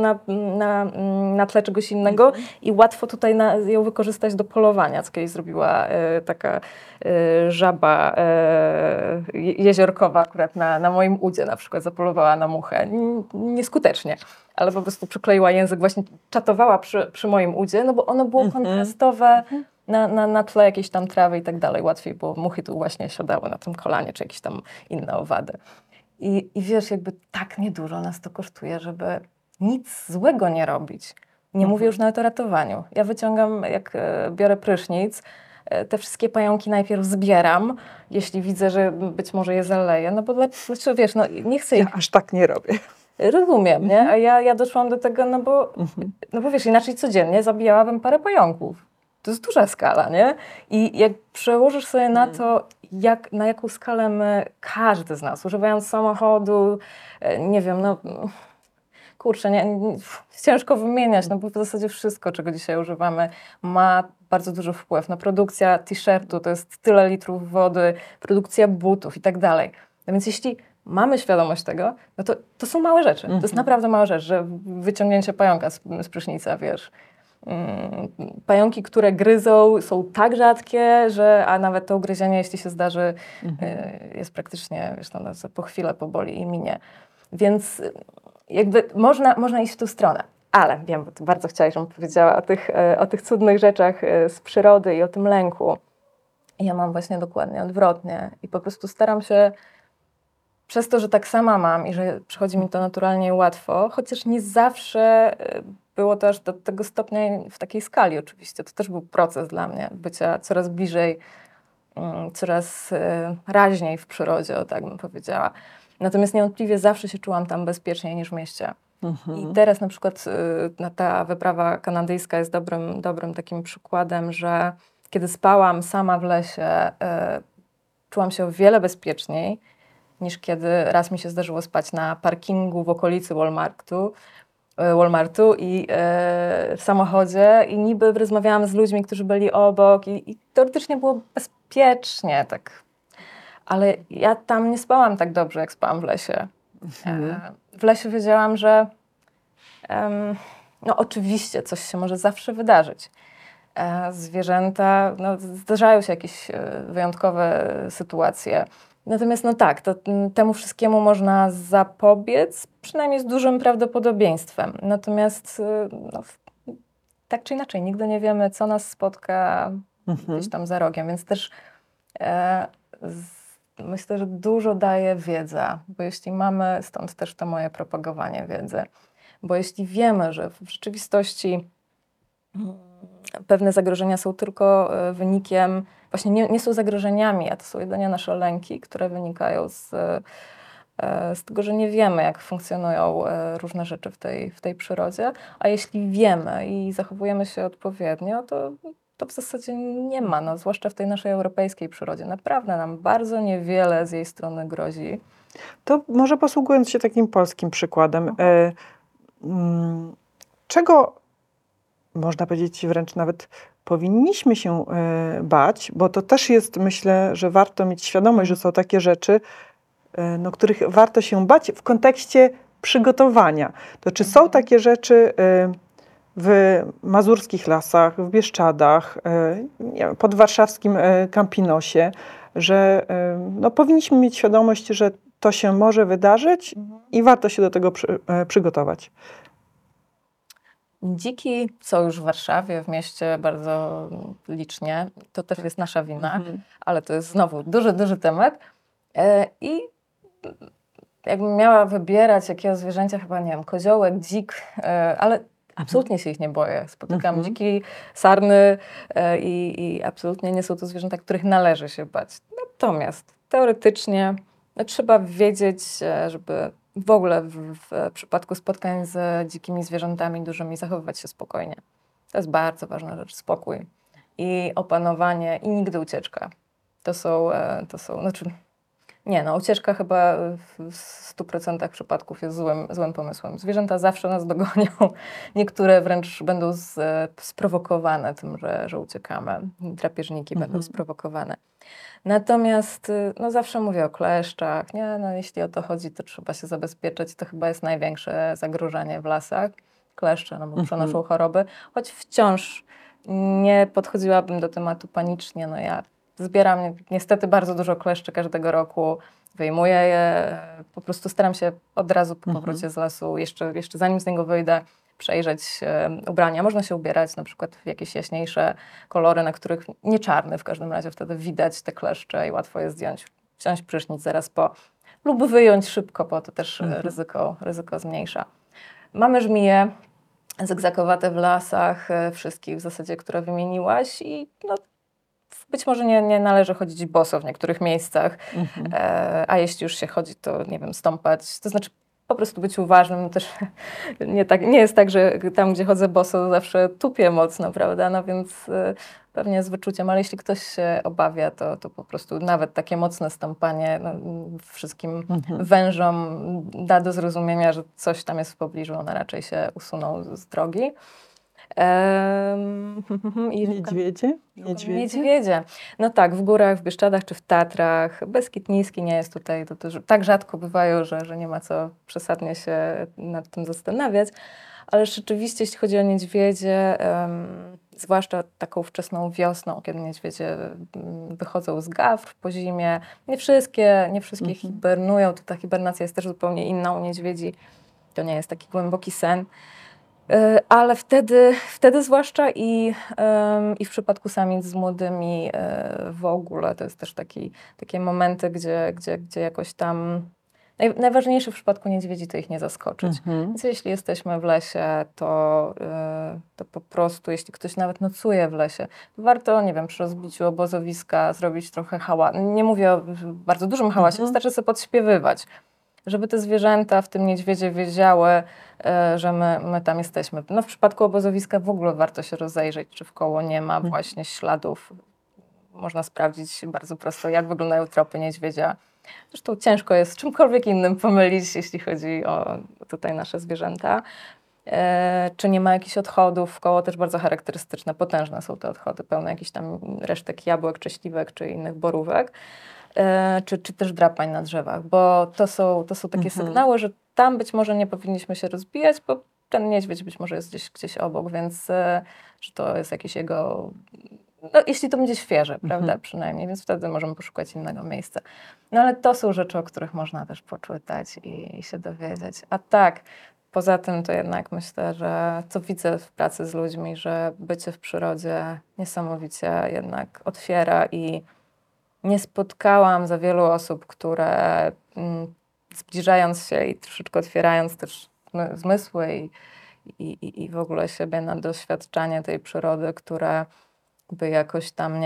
na tle czegoś innego i łatwo tutaj ją wykorzystać do polowania, co kiedyś zrobiła taka żaba jeziorkowa akurat na moim udzie na przykład zapolowała na muchę. Nieskutecznie, ale po prostu przykleiła język, właśnie czatowała przy moim udzie, no bo ono było kontrastowe na tle jakiejś tam trawy i tak dalej. Łatwiej było, muchy tu właśnie siadały na tym kolanie, czy jakieś tam inne owady. I wiesz, jakby tak niedużo nas to kosztuje, żeby nic złego nie robić. Nie mówię już nawet o ratowaniu. Ja wyciągam, jak biorę prysznic, te wszystkie pająki najpierw zbieram, jeśli widzę, że być może je zaleję, no bo dlaczego, wiesz, no nie chcę ich... Ja aż tak nie robię. Rozumiem, nie? A ja doszłam do tego, no bo wiesz, inaczej codziennie zabijałabym parę pająków. To jest duża skala, nie? I jak przełożysz sobie na to, na jaką skalę my, każdy z nas, używając samochodu, nie wiem, no... Kurczę, ciężko wymieniać, no bo w zasadzie wszystko, czego dzisiaj używamy, ma bardzo duży wpływ. No produkcja t-shirtu to jest tyle litrów wody, produkcja butów i tak dalej. No więc jeśli mamy świadomość tego, no to są małe rzeczy. To jest naprawdę mała rzecz, że wyciągnięcie pająka z prysznica, wiesz. Pająki, które gryzą, są tak rzadkie, a nawet to ugryzienie, jeśli się zdarzy, jest praktycznie, wiesz, no, po chwilę poboli i minie. Więc jakby można iść w tą stronę. Ale wiem, bo ty bardzo chciałaś, żebym powiedziała o tych cudnych rzeczach z przyrody i o tym lęku. I ja mam właśnie dokładnie odwrotnie. I po prostu staram się, przez to, że tak sama mam i że przychodzi mi to naturalnie i łatwo, chociaż nie zawsze było to aż do tego stopnia w takiej skali oczywiście. To też był proces dla mnie, bycia coraz bliżej, coraz raźniej w przyrodzie, o tak bym powiedziała. Natomiast niewątpliwie zawsze się czułam tam bezpieczniej niż w mieście. I teraz na przykład ta wyprawa kanadyjska jest dobrym takim przykładem, że kiedy spałam sama w lesie, czułam się o wiele bezpieczniej niż kiedy raz mi się zdarzyło spać na parkingu w okolicy Walmartu i w samochodzie i niby rozmawiałam z ludźmi, którzy byli obok i teoretycznie było bezpiecznie, tak. Ale ja tam nie spałam tak dobrze, jak spałam w lesie. W lesie wiedziałam, że no oczywiście coś się może zawsze wydarzyć. Zwierzęta, no zdarzają się jakieś wyjątkowe sytuacje. Natomiast no tak, temu wszystkiemu można zapobiec, przynajmniej z dużym prawdopodobieństwem. Natomiast no, tak czy inaczej, nigdy nie wiemy, co nas spotka gdzieś tam za rogiem, więc też myślę, że dużo daje wiedza, bo jeśli mamy, stąd też to moje propagowanie wiedzy, bo jeśli wiemy, że w rzeczywistości pewne zagrożenia są tylko wynikiem, właśnie nie są zagrożeniami, a to są jedynie nasze lęki, które wynikają z tego, że nie wiemy, jak funkcjonują różne rzeczy w tej przyrodzie, a jeśli wiemy i zachowujemy się odpowiednio, to w zasadzie nie ma, no, zwłaszcza w tej naszej europejskiej przyrodzie. Naprawdę nam bardzo niewiele z jej strony grozi. To może posługując się takim polskim przykładem, czego można powiedzieć wręcz nawet powinniśmy się bać, bo to też jest, myślę, że warto mieć świadomość, że są takie rzeczy, no, których warto się bać w kontekście przygotowania. To czy są takie rzeczy, w mazurskich lasach, w Bieszczadach, nie wiem, pod warszawskim Campinosie, że no, powinniśmy mieć świadomość, że to się może wydarzyć i warto się do tego przygotować. Dziki są już w Warszawie, w mieście bardzo licznie. To też jest nasza wina, ale to jest znowu duży, duży temat. I jakbym miała wybierać jakiego zwierzęcia, chyba nie wiem, koziołek, dzik, ale absolutnie się ich nie boję. Spotykam dziki, sarny i absolutnie nie są to zwierzęta, których należy się bać. Natomiast teoretycznie trzeba wiedzieć, żeby w ogóle w przypadku spotkań z dzikimi zwierzętami dużymi zachowywać się spokojnie. To jest bardzo ważna rzecz, spokój i opanowanie i nigdy ucieczka. To są znaczy nie, no ucieczka chyba w 100% przypadków jest złym pomysłem. Zwierzęta zawsze nas dogonią. Niektóre wręcz będą sprowokowane tym, że uciekamy. Drapieżniki będą sprowokowane. Natomiast no zawsze mówię o kleszczach. Nie, no jeśli o to chodzi, to trzeba się zabezpieczyć. To chyba jest największe zagrożenie w lasach. Kleszcze, no bo przenoszą choroby. Choć wciąż nie podchodziłabym do tematu panicznie. No ja zbieram niestety bardzo dużo kleszczy każdego roku, wyjmuję je, po prostu staram się od razu po powrocie z lasu, jeszcze zanim z niego wyjdę, przejrzeć ubrania. Można się ubierać na przykład w jakieś jaśniejsze kolory, na których nie czarny, w każdym razie wtedy widać te kleszcze i łatwo je zdjąć. Wziąć prysznic zaraz po lub wyjąć szybko, bo to też ryzyko zmniejsza. Mamy żmije zygzakowate w lasach, wszystkich w zasadzie, które wymieniłaś i no, być może nie należy chodzić boso w niektórych miejscach, a jeśli już się chodzi, to nie wiem, stąpać, to znaczy po prostu być uważnym. Też nie jest tak, że tam, gdzie chodzę boso, zawsze tupię mocno, prawda? No więc pewnie z wyczuciem, ale jeśli ktoś się obawia, to po prostu nawet takie mocne stąpanie no, wszystkim wężom da do zrozumienia, że coś tam jest w pobliżu, one raczej się usuną z drogi. Niedźwiedzie? Niedźwiedzie. No tak, w górach, w Bieszczadach czy w Tatrach. Beskid Niski nie jest tutaj, to tak rzadko bywają, że nie ma co przesadnie się nad tym zastanawiać. Ale rzeczywiście, jeśli chodzi o niedźwiedzie, zwłaszcza taką wczesną wiosną, kiedy niedźwiedzie wychodzą z gawr po zimie, nie wszystkie hibernują, to ta hibernacja jest też zupełnie inna u niedźwiedzi. To nie jest taki głęboki sen. Ale wtedy zwłaszcza i w przypadku samic z młodymi w ogóle to jest też takie momenty, gdzie jakoś tam najważniejsze w przypadku niedźwiedzi to ich nie zaskoczyć. Więc jeśli jesteśmy w lesie, to po prostu, jeśli ktoś nawet nocuje w lesie, to warto, nie wiem, przy rozbiciu obozowiska zrobić trochę hałasu. Nie mówię o bardzo dużym hałasie, wystarczy sobie podśpiewywać, żeby te zwierzęta, w tym niedźwiedzie, wiedziały, że my tam jesteśmy. No w przypadku obozowiska w ogóle warto się rozejrzeć, czy wkoło nie ma właśnie śladów. Można sprawdzić bardzo prosto, jak wyglądają tropy niedźwiedzia. Zresztą ciężko jest z czymkolwiek innym pomylić, jeśli chodzi o tutaj nasze zwierzęta. Czy nie ma jakichś odchodów wkoło, też bardzo charakterystyczne, potężne są te odchody, pełne jakichś tam resztek jabłek, czy śliwek, czy innych borówek. Czy też drapań na drzewach, bo to są takie sygnały, że tam być może nie powinniśmy się rozbijać, bo ten niedźwiedź być może jest gdzieś obok, więc że to jest jakiś jego... No, jeśli to będzie świeże, prawda, przynajmniej, więc wtedy możemy poszukać innego miejsca. No ale to są rzeczy, o których można też poczytać i się dowiedzieć. A tak, poza tym to jednak myślę, że co widzę w pracy z ludźmi, że bycie w przyrodzie niesamowicie jednak otwiera i nie spotkałam za wielu osób, które zbliżając się i troszeczkę otwierając też zmysły i w ogóle siebie na doświadczanie tej przyrody, które by jakoś tam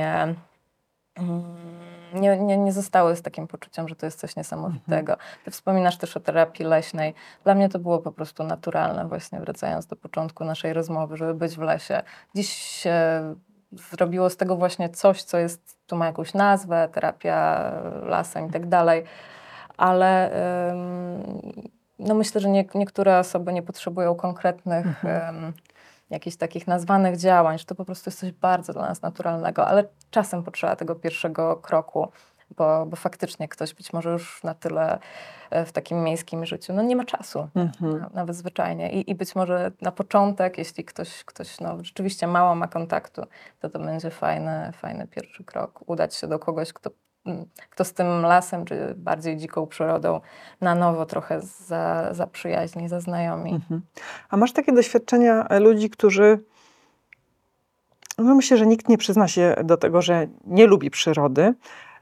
nie zostały z takim poczuciem, że to jest coś niesamowitego. Ty wspominasz też o terapii leśnej. Dla mnie to było po prostu naturalne, właśnie wracając do początku naszej rozmowy, żeby być w lesie. Dziś się zrobiło z tego właśnie coś, co jest, tu ma jakąś nazwę, terapia lasem i tak dalej, ale no myślę, że niektóre osoby nie potrzebują konkretnych jakichś takich nazwanych działań, że to po prostu jest coś bardzo dla nas naturalnego, ale czasem potrzeba tego pierwszego kroku. bo faktycznie ktoś być może już na tyle w takim miejskim życiu, no nie ma czasu, nawet zwyczajnie. I być może na początek, jeśli ktoś no, rzeczywiście mało ma kontaktu, to będzie fajny pierwszy krok. Udać się do kogoś, kto z tym lasem, czy bardziej dziką przyrodą na nowo trochę zaprzyjaźni, zaznajomi. A masz takie doświadczenia ludzi, którzy... No myślę, że nikt nie przyzna się do tego, że nie lubi przyrody,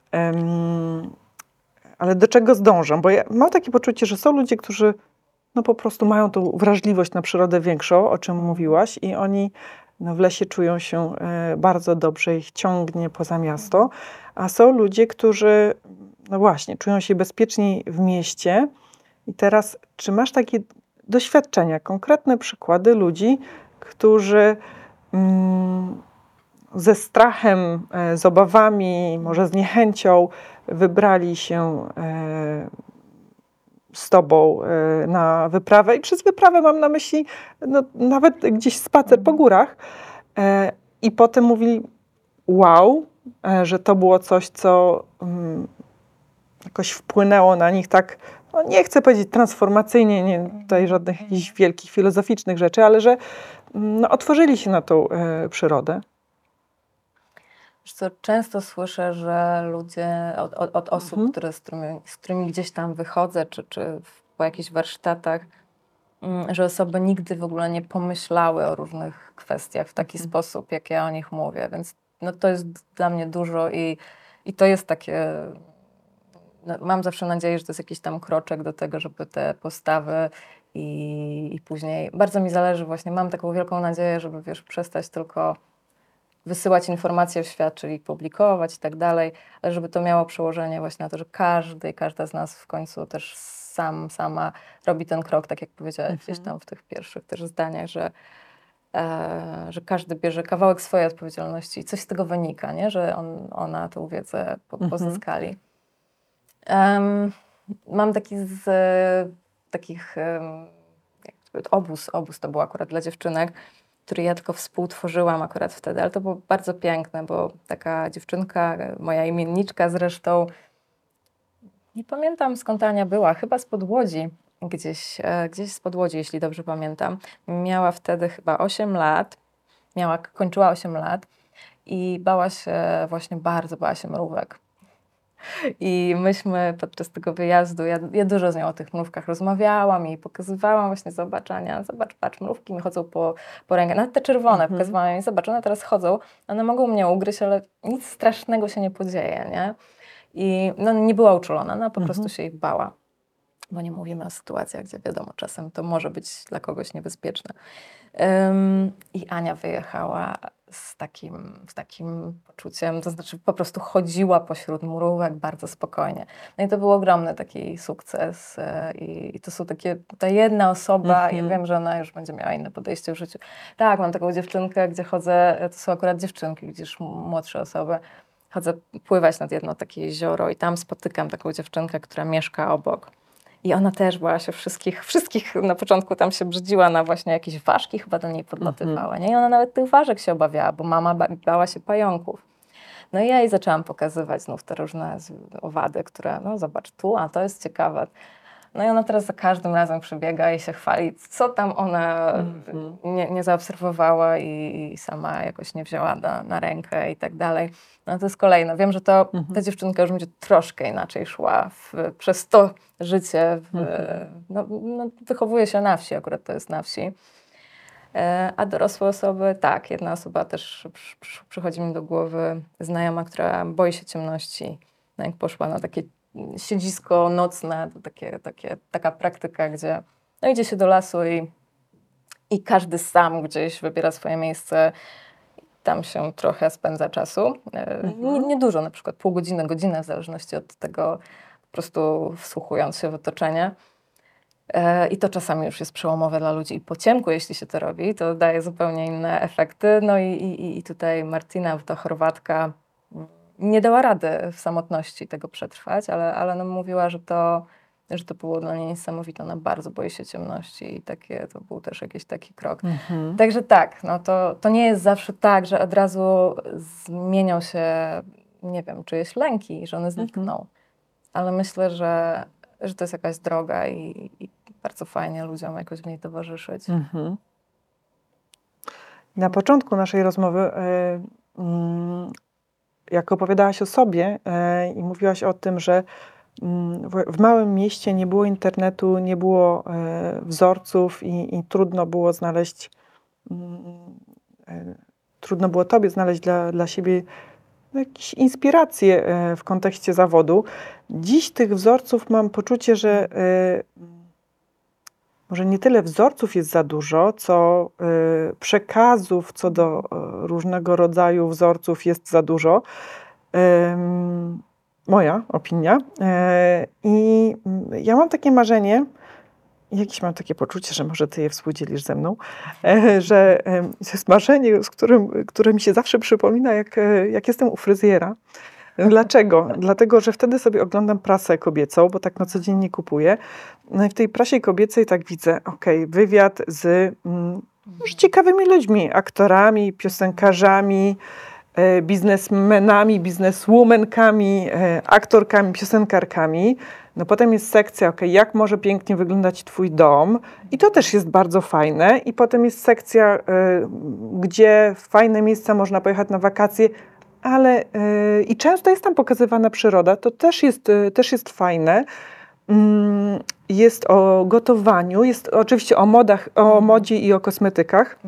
ale do czego zdążą? Bo ja mam takie poczucie, że są ludzie, którzy no po prostu mają tą wrażliwość na przyrodę większą, o czym mówiłaś, i oni no w lesie czują się bardzo dobrze, ich ciągnie poza miasto, a są ludzie, którzy no właśnie czują się bezpieczniej w mieście. I teraz, czy masz takie doświadczenia, konkretne przykłady ludzi, którzy ze strachem, z obawami, może z niechęcią wybrali się z tobą na wyprawę, i przez wyprawę mam na myśli no, nawet gdzieś spacer po górach, i potem mówili wow, że to było coś, co jakoś wpłynęło na nich tak, no nie chcę powiedzieć transformacyjnie, nie tutaj żadnych jakichś wielkich filozoficznych rzeczy, ale że no, otworzyli się na tą przyrodę. Wiesz co, często słyszę, że ludzie od osób, z którymi gdzieś tam wychodzę, czy po jakichś warsztatach, że osoby nigdy w ogóle nie pomyślały o różnych kwestiach w taki sposób, jak ja o nich mówię. Więc no, to jest dla mnie dużo i to jest takie... No, mam zawsze nadzieję, że to jest jakiś tam kroczek do tego, żeby te postawy i później... Bardzo mi zależy właśnie, mam taką wielką nadzieję, żeby wiesz, przestać tylko wysyłać informacje w świat, czyli publikować i tak dalej, ale żeby to miało przełożenie właśnie na to, że każdy i każda z nas w końcu też sama robi ten krok, tak jak powiedziałeś gdzieś tam w tych pierwszych też zdaniach, że każdy bierze kawałek swojej odpowiedzialności i coś z tego wynika, nie? Że ona tę wiedzę pozyskali. Mam taki z takich obóz to był akurat dla dziewczynek, który ja tylko współtworzyłam akurat wtedy, ale to było bardzo piękne, bo taka dziewczynka, moja imienniczka zresztą, nie pamiętam skąd Ania była, chyba spod Łodzi, gdzieś spod Łodzi, jeśli dobrze pamiętam. Miała wtedy chyba 8 lat, kończyła 8 lat i bardzo bała się mrówek. I myśmy podczas tego wyjazdu, ja dużo z nią o tych mrówkach rozmawiałam i pokazywałam właśnie, patrz, mrówki mi chodzą po rękę, nawet te czerwone, pokazywałam jej, zobacz, one teraz chodzą, one mogą mnie ugryźć, ale nic strasznego się nie podzieje, nie? I no, nie była uczulona, no po prostu się ich bała, bo nie mówimy o sytuacjach, gdzie wiadomo, czasem to może być dla kogoś niebezpieczne. I Ania wyjechała z takim poczuciem, to znaczy po prostu chodziła pośród mrówek bardzo spokojnie. No i to był ogromny taki sukces i to są ta jedna osoba, ja wiem, że ona już będzie miała inne podejście w życiu. Tak, mam taką dziewczynkę, gdzie chodzę, to są akurat dziewczynki, gdzieś młodsze osoby, chodzę pływać nad jedno takie jezioro i tam spotykam taką dziewczynkę, która mieszka obok. I ona też bała się wszystkich na początku tam się brzydziła na właśnie jakieś ważki, chyba do niej podlatywały, nie? I ona nawet tych ważek się obawiała, bo mama bała się pająków. No i ja jej zaczęłam pokazywać znów te różne owady, które, no zobacz tu, a to jest ciekawe. No i ona teraz za każdym razem przybiega i się chwali, co tam ona nie zaobserwowała i sama jakoś nie wzięła na rękę i tak dalej. No to jest kolejne. Wiem, że ta dziewczynka już będzie troszkę inaczej szła przez to życie. Wychowuje się na wsi, akurat to jest na wsi. A dorosłe osoby, tak, jedna osoba też przychodzi mi do głowy, znajoma, która boi się ciemności. No jak poszła na takie siedzisko nocne, to taka praktyka, gdzie no idzie się do lasu i każdy sam gdzieś wybiera swoje miejsce, tam się trochę spędza czasu. Niedużo, na przykład pół godziny, godzinę, w zależności od tego, po prostu wsłuchując się w otoczenie. I to czasami już jest przełomowe dla ludzi. I po ciemku, jeśli się to robi, to daje zupełnie inne efekty. No i tutaj Martina, ta Chorwatka, nie dała rady w samotności tego przetrwać, ale no mówiła, że to było dla niej niesamowite. Ona bardzo boi się ciemności i to był też jakiś taki krok. Także tak, no to nie jest zawsze tak, że od razu zmienią się nie wiem, czyjeś lęki, że one znikną. Ale myślę, że to jest jakaś droga i bardzo fajnie ludziom jakoś w niej towarzyszyć. Na początku naszej rozmowy, jak opowiadałaś o sobie i mówiłaś o tym, że w małym mieście nie było internetu, nie było wzorców i trudno było znaleźć, trudno było tobie znaleźć dla siebie jakieś inspiracje w kontekście zawodu. Dziś tych wzorców mam poczucie, że może nie tyle wzorców jest za dużo, co przekazów co do różnego rodzaju wzorców jest za dużo. Moja opinia. I ja mam takie marzenie, jakieś mam takie poczucie, że może ty je współdzielisz ze mną, że to jest marzenie, które mi się zawsze przypomina, jak jestem u fryzjera. Dlaczego? Dlatego, że wtedy sobie oglądam prasę kobiecą, bo tak na co dzień nie kupuję. No i w tej prasie kobiecej tak widzę, wywiad z już ciekawymi ludźmi, aktorami, piosenkarzami, biznesmenami, bizneswomankami, aktorkami, piosenkarkami. No potem jest sekcja, jak może pięknie wyglądać twój dom. I to też jest bardzo fajne. I potem jest sekcja, gdzie w fajne miejsca można pojechać na wakacje, ale i często jest tam pokazywana przyroda. To też jest fajne. Jest o gotowaniu, jest oczywiście o modzie i o kosmetykach.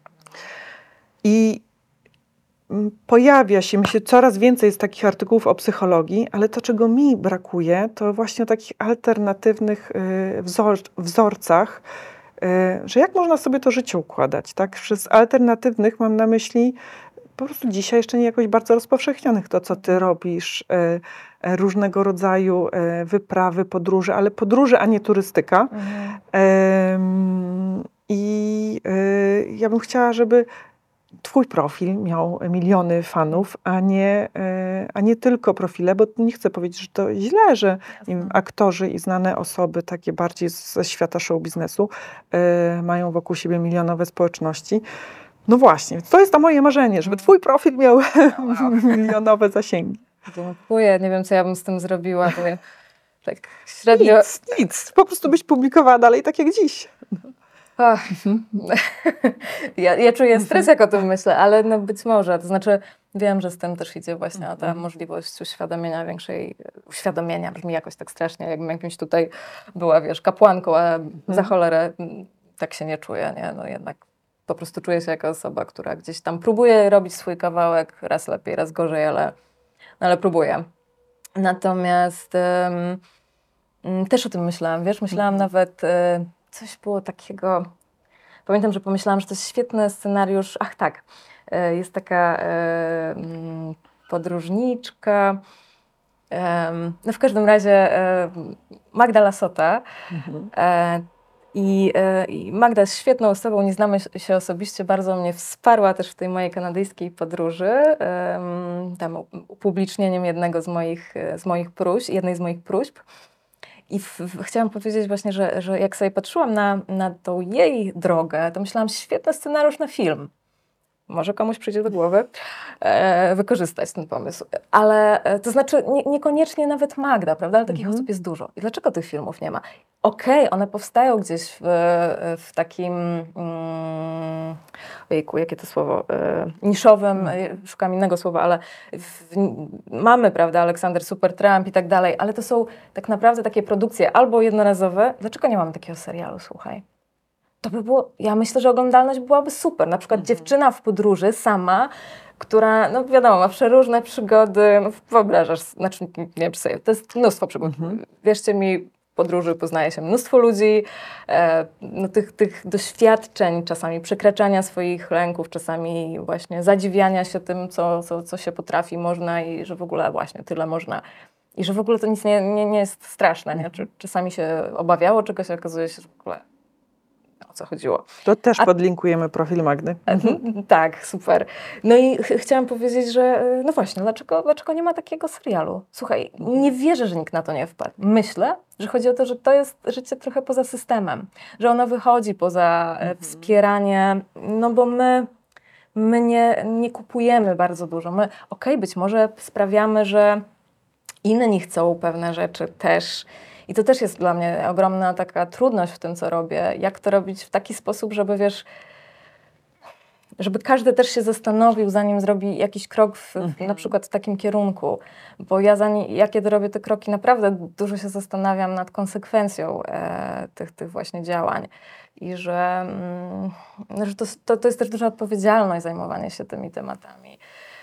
I pojawia się, myślę, coraz więcej jest takich artykułów o psychologii, ale to, czego mi brakuje, to właśnie o takich alternatywnych wzorcach, że jak można sobie to życie układać, tak? Przez alternatywnych mam na myśli po prostu dzisiaj jeszcze nie jakoś bardzo rozpowszechnionych, to co ty robisz, różnego rodzaju wyprawy, podróże, ale podróże, a nie turystyka. I ja bym chciała, żeby twój profil miał miliony fanów, a nie tylko profile, bo nie chcę powiedzieć, że to źle, że nie wiem, aktorzy i znane osoby, takie bardziej ze świata show biznesu, mają wokół siebie milionowe społeczności. No właśnie, to jest to moje marzenie, żeby twój profil miał milionowe zasięgi. Dziękuję, nie wiem, co ja bym z tym zrobiła, bo ja tak średnio... Nic, po prostu byś publikowała dalej tak jak dziś. Ja czuję stres, jak o tym myślę, ale no być może. To znaczy, wiem, że z tym też idzie właśnie ta możliwość uświadomienia, brzmi jakoś tak strasznie, jakbym jakimś tutaj była, kapłanką, a za cholerę tak się nie czuję, nie? No jednak po prostu czuję się jako osoba, która gdzieś tam próbuje robić swój kawałek, raz lepiej, raz gorzej, ale próbuję. Natomiast też o tym myślałam, myślałam nawet... Coś było takiego, pamiętam, że pomyślałam, że to jest świetny scenariusz. Ach tak, jest taka podróżniczka, no w każdym razie Magda Lasota. I Magda jest świetną osobą, nie znamy się osobiście, bardzo mnie wsparła też w tej mojej kanadyjskiej podróży, tam upublicznieniem jednej z moich próśb. I chciałam powiedzieć właśnie, że jak sobie patrzyłam na tą jej drogę, to myślałam, świetny scenariusz na film. Może komuś przyjdzie do głowy wykorzystać ten pomysł. Ale to znaczy niekoniecznie nawet Magda, prawda? Ale takich osób jest dużo. I dlaczego tych filmów nie ma? Okej, one powstają gdzieś w takim, ojejku, jakie to słowo, niszowym, szukam innego słowa, ale mamy, prawda, Aleksander Supertramp i tak dalej, ale to są tak naprawdę takie produkcje albo jednorazowe. Dlaczego nie mamy takiego serialu, słuchaj? To by było, ja myślę, że oglądalność byłaby super. Na przykład dziewczyna w podróży sama, która, no wiadomo, ma przeróżne przygody, no wyobrażasz, znaczy nie wiem, czy sobie, to jest mnóstwo przygód. Wierzcie mi, w podróży poznaje się mnóstwo ludzi, no tych doświadczeń, czasami przekraczania swoich lęków, czasami właśnie zadziwiania się tym, co się potrafi, można i że w ogóle właśnie tyle można. I że w ogóle to nic nie jest straszne, nie? Czasami się obawiało czegoś, a okazuje się, że w ogóle o co chodziło. To też podlinkujemy profil Magdy. Tak, super. No i chciałam powiedzieć, że no właśnie, dlaczego nie ma takiego serialu? Słuchaj, nie wierzę, że nikt na to nie wpadł. Myślę, że chodzi o to, że to jest życie trochę poza systemem, że ono wychodzi poza wspieranie, no bo my my nie kupujemy bardzo dużo. My, być może sprawiamy, że inni chcą pewne rzeczy też. I to też jest dla mnie ogromna taka trudność w tym, co robię. Jak to robić w taki sposób, żeby wiesz, żeby każdy też się zastanowił, zanim zrobi jakiś krok na przykład w takim kierunku. Bo ja kiedy robię te kroki, naprawdę dużo się zastanawiam nad konsekwencją tych właśnie działań. I że to jest też duża odpowiedzialność zajmowanie się tymi tematami.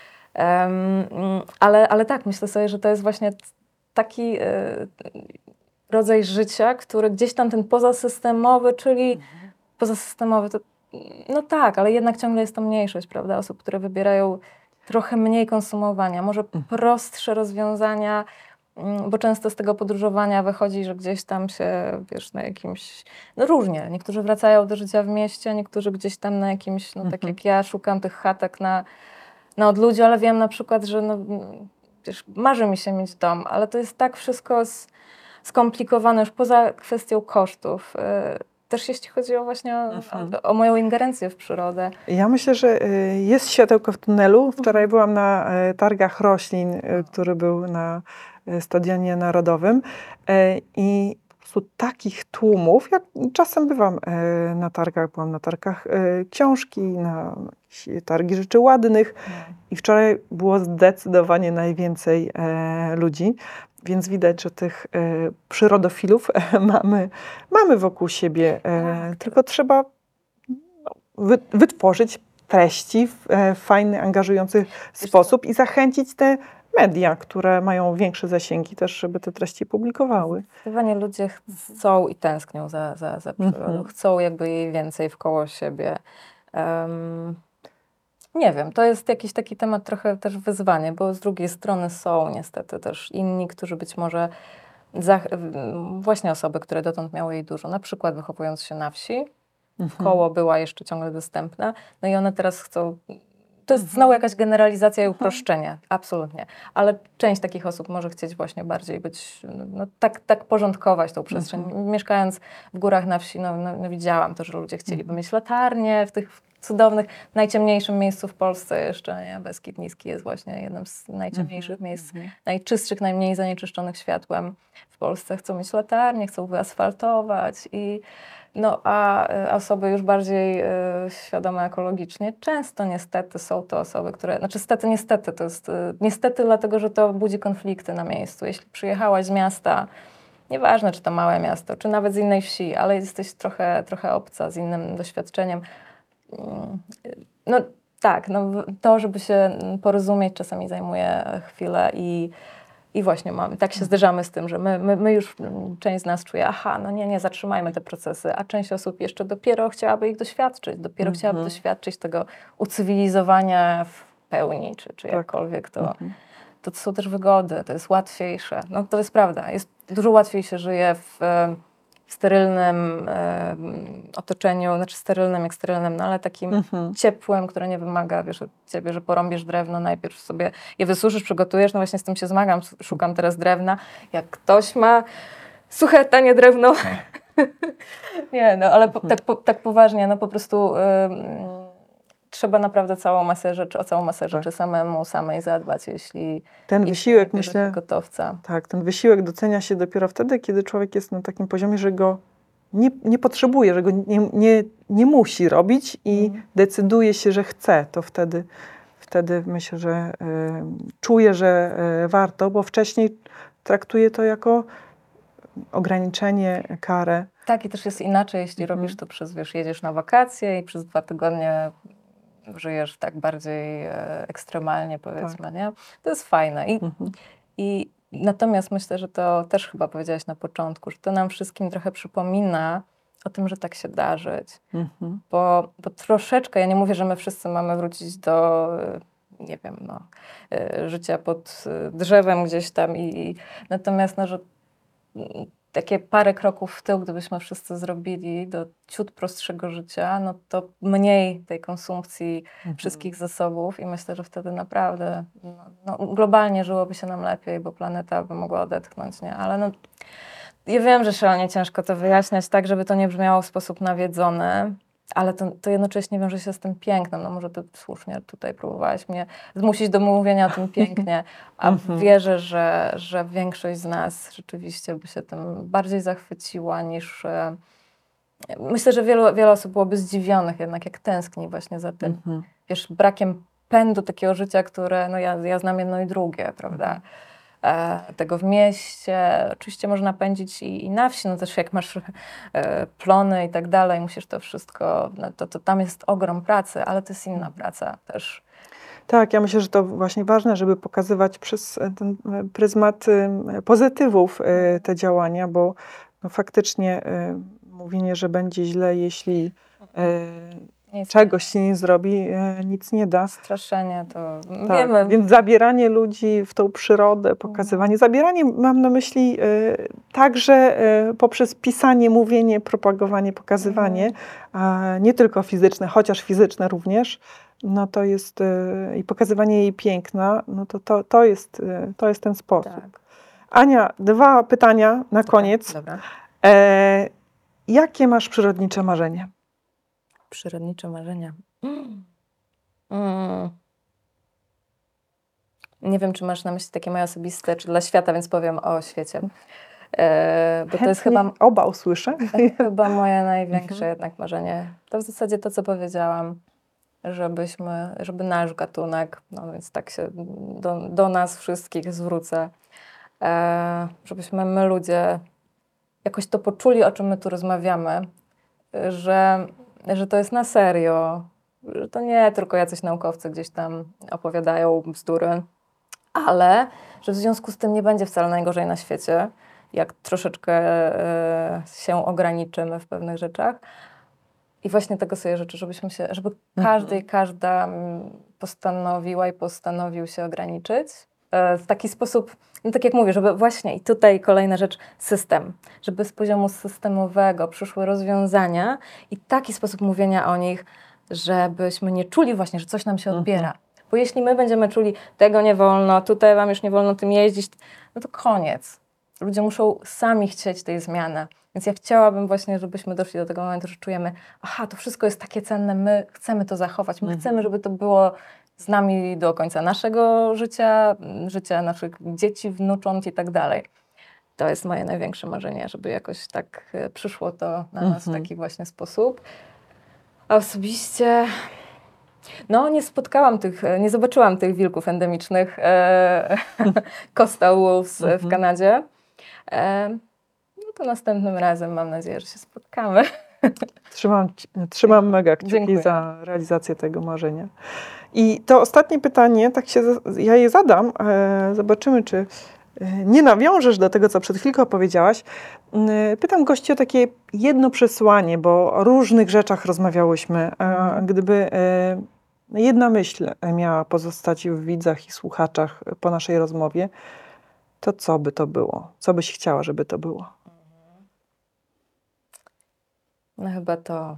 Ale tak, myślę sobie, że to jest właśnie taki rodzaj życia, który gdzieś tam ten pozasystemowy, czyli pozasystemowy to no tak, ale jednak ciągle jest to mniejszość, prawda? Osób, które wybierają trochę mniej konsumowania, może prostsze rozwiązania, bo często z tego podróżowania wychodzi, że gdzieś tam się, wiesz, na jakimś, no różnie. Niektórzy wracają do życia w mieście, niektórzy gdzieś tam na jakimś, no tak jak ja, szukam tych chatek na odludziu, ale wiem na przykład, że no, wiesz, marzy mi się mieć dom, ale to jest tak wszystko skomplikowane już poza kwestią kosztów. Też jeśli chodzi o właśnie o moją ingerencję w przyrodę. Ja myślę, że jest światełko w tunelu. Wczoraj byłam na targach roślin, który był na Stadionie Narodowym i po prostu takich tłumów, ja czasem bywam na targach, byłam na targach książki, na targi rzeczy ładnych i wczoraj było zdecydowanie najwięcej ludzi. Więc widać, że tych przyrodofilów mamy wokół siebie, tylko trzeba wytworzyć treści w fajny, angażujący sposób i zachęcić te media, które mają większe zasięgi też, żeby te treści publikowały. Zdecydowanie ludzie chcą i tęsknią za przyrodą, chcą jakby jej więcej wkoło siebie. Nie wiem, to jest jakiś taki temat trochę też wyzwanie, bo z drugiej strony są niestety też inni, którzy być może właśnie osoby, które dotąd miały jej dużo, na przykład wychowując się na wsi, koło była jeszcze ciągle dostępna, no i one teraz chcą, to jest znowu jakaś generalizacja i uproszczenie, absolutnie, ale część takich osób może chcieć właśnie bardziej być, no tak porządkować tą przestrzeń. Mieszkając w górach na wsi, no widziałam to, że ludzie chcieliby mieć latarnie w tych cudownych, najciemniejszym miejscu w Polsce jeszcze, nie? Beskid Niski jest właśnie jednym z najciemniejszych miejsc, najczystszych, najmniej zanieczyszczonych światłem w Polsce. Chcą mieć latarnie, chcą wyasfaltować a osoby już bardziej świadome ekologicznie, często niestety są to osoby, które, niestety, to jest niestety dlatego, że to budzi konflikty na miejscu. Jeśli przyjechałaś z miasta, nieważne czy to małe miasto, czy nawet z innej wsi, ale jesteś trochę obca, z innym doświadczeniem, no tak, to, żeby się porozumieć, czasami zajmuje chwilę i właśnie tak się zderzamy z tym, że my już, część z nas czuje, nie, zatrzymajmy te procesy, a część osób jeszcze dopiero chciałaby ich doświadczyć, chciałaby doświadczyć tego ucywilizowania w pełni, czy jakkolwiek to są też wygody, to jest łatwiejsze. No to jest prawda, jest dużo łatwiej się żyje w sterylnym otoczeniu, sterylnym jak sterylnym, no ale takim ciepłym, które nie wymaga, wiesz, od ciebie, że porąbiesz drewno, najpierw sobie je wysuszysz, przygotujesz, no właśnie z tym się zmagam, szukam teraz drewna. Jak ktoś ma suche, tanie drewno, nie, no ale tak poważnie, no po prostu trzeba naprawdę o całą masę rzeczy samej zadbać, jeśli ten wysiłek, myślę, gotowca. Tak, ten wysiłek docenia się dopiero wtedy, kiedy człowiek jest na takim poziomie, że go nie potrzebuje, że go nie musi robić i decyduje się, że chce, to wtedy myślę, że czuje, że warto, bo wcześniej traktuje to jako ograniczenie, karę. Tak, i też jest inaczej, jeśli robisz to jedziesz na wakacje i przez 2 tygodnie żyjesz tak bardziej ekstremalnie, powiedzmy, nie? To jest fajne. I natomiast myślę, że to też chyba powiedziałaś na początku, że to nam wszystkim trochę przypomina o tym, że tak się da żyć. Bo troszeczkę, ja nie mówię, że my wszyscy mamy wrócić do, nie wiem, życia pod drzewem gdzieś tam natomiast, że takie parę kroków w tył, gdybyśmy wszyscy zrobili do ciut prostszego życia, no to mniej tej konsumpcji wszystkich zasobów i myślę, że wtedy naprawdę globalnie żyłoby się nam lepiej, bo planeta by mogła odetchnąć, nie? Ale ja wiem, że szalenie ciężko to wyjaśniać tak, żeby to nie brzmiało w sposób nawiedzony, ale to jednocześnie wiąże się z tym pięknem. No może ty słusznie tutaj próbowałaś mnie zmusić do mówienia o tym pięknie, a wierzę, że większość z nas rzeczywiście by się tym bardziej zachwyciła niż... Myślę, że wiele osób byłoby zdziwionych jednak, jak tęskni właśnie za tym, wiesz, brakiem pędu takiego życia, które, no ja znam jedno i drugie, prawda? Tego w mieście, oczywiście można pędzić i na wsi, no też jak masz plony i tak dalej, musisz to wszystko, no to tam jest ogrom pracy, ale to jest inna praca też. Tak, ja myślę, że to właśnie ważne, żeby pokazywać przez ten pryzmat pozytywów te działania, bo no faktycznie mówienie, że będzie źle, jeśli czegoś się nie zrobi, nic nie da. Straszenie to Tak, wiemy. więc zabieranie ludzi w tą przyrodę, pokazywanie. Zabieranie mam na myśli także poprzez pisanie, mówienie, propagowanie, pokazywanie, a nie tylko fizyczne, chociaż fizyczne również. No to jest i pokazywanie jej piękna, no to jest ten sposób. Tak. Ania, 2 pytania na koniec. Dobra. Jakie masz przyrodnicze marzenie? Przyrodnicze marzenia. Nie wiem, czy masz na myśli takie moje osobiste, czy dla świata, więc powiem o świecie. Bo to jest chyba... Oba usłyszę. Chyba moje największe jednak marzenie. To w zasadzie to, co powiedziałam, żeby nasz gatunek, no więc tak się do nas wszystkich zwrócę, żebyśmy my ludzie jakoś to poczuli, o czym my tu rozmawiamy, że to jest na serio, że to nie tylko jacyś naukowcy gdzieś tam opowiadają bzdury, ale że w związku z tym nie będzie wcale najgorzej na świecie, jak troszeczkę się ograniczymy w pewnych rzeczach. I właśnie tego sobie życzę, żeby każdy i każda postanowiła i postanowił się ograniczyć w taki sposób, no tak jak mówię, żeby właśnie, i tutaj kolejna rzecz, system, żeby z poziomu systemowego przyszły rozwiązania i taki sposób mówienia o nich, żebyśmy nie czuli właśnie, że coś nam się odbiera. Bo jeśli my będziemy czuli, tego nie wolno, tutaj wam już nie wolno tym jeździć, no to koniec. Ludzie muszą sami chcieć tej zmiany. Więc ja chciałabym właśnie, żebyśmy doszli do tego momentu, że czujemy, aha, to wszystko jest takie cenne, my chcemy to zachować, my chcemy, żeby to było z nami do końca naszego życia, życia naszych dzieci, wnucząt i tak dalej. To jest moje największe marzenie, żeby jakoś tak przyszło to na nas w taki właśnie sposób. A osobiście... No, nie zobaczyłam tych wilków endemicznych Coastal Wolves w Kanadzie. No to następnym razem mam nadzieję, że się spotkamy. Trzymam mega kciuki Dziękuję. za realizację tego marzenia. I to ostatnie pytanie, ja je zadam, zobaczymy, czy nie nawiążesz do tego, co przed chwilką powiedziałaś. Pytam gości o takie jedno przesłanie, bo o różnych rzeczach rozmawiałyśmy. A gdyby jedna myśl miała pozostać w widzach i słuchaczach po naszej rozmowie, to co by to było? Co byś chciała, żeby to było? No chyba to,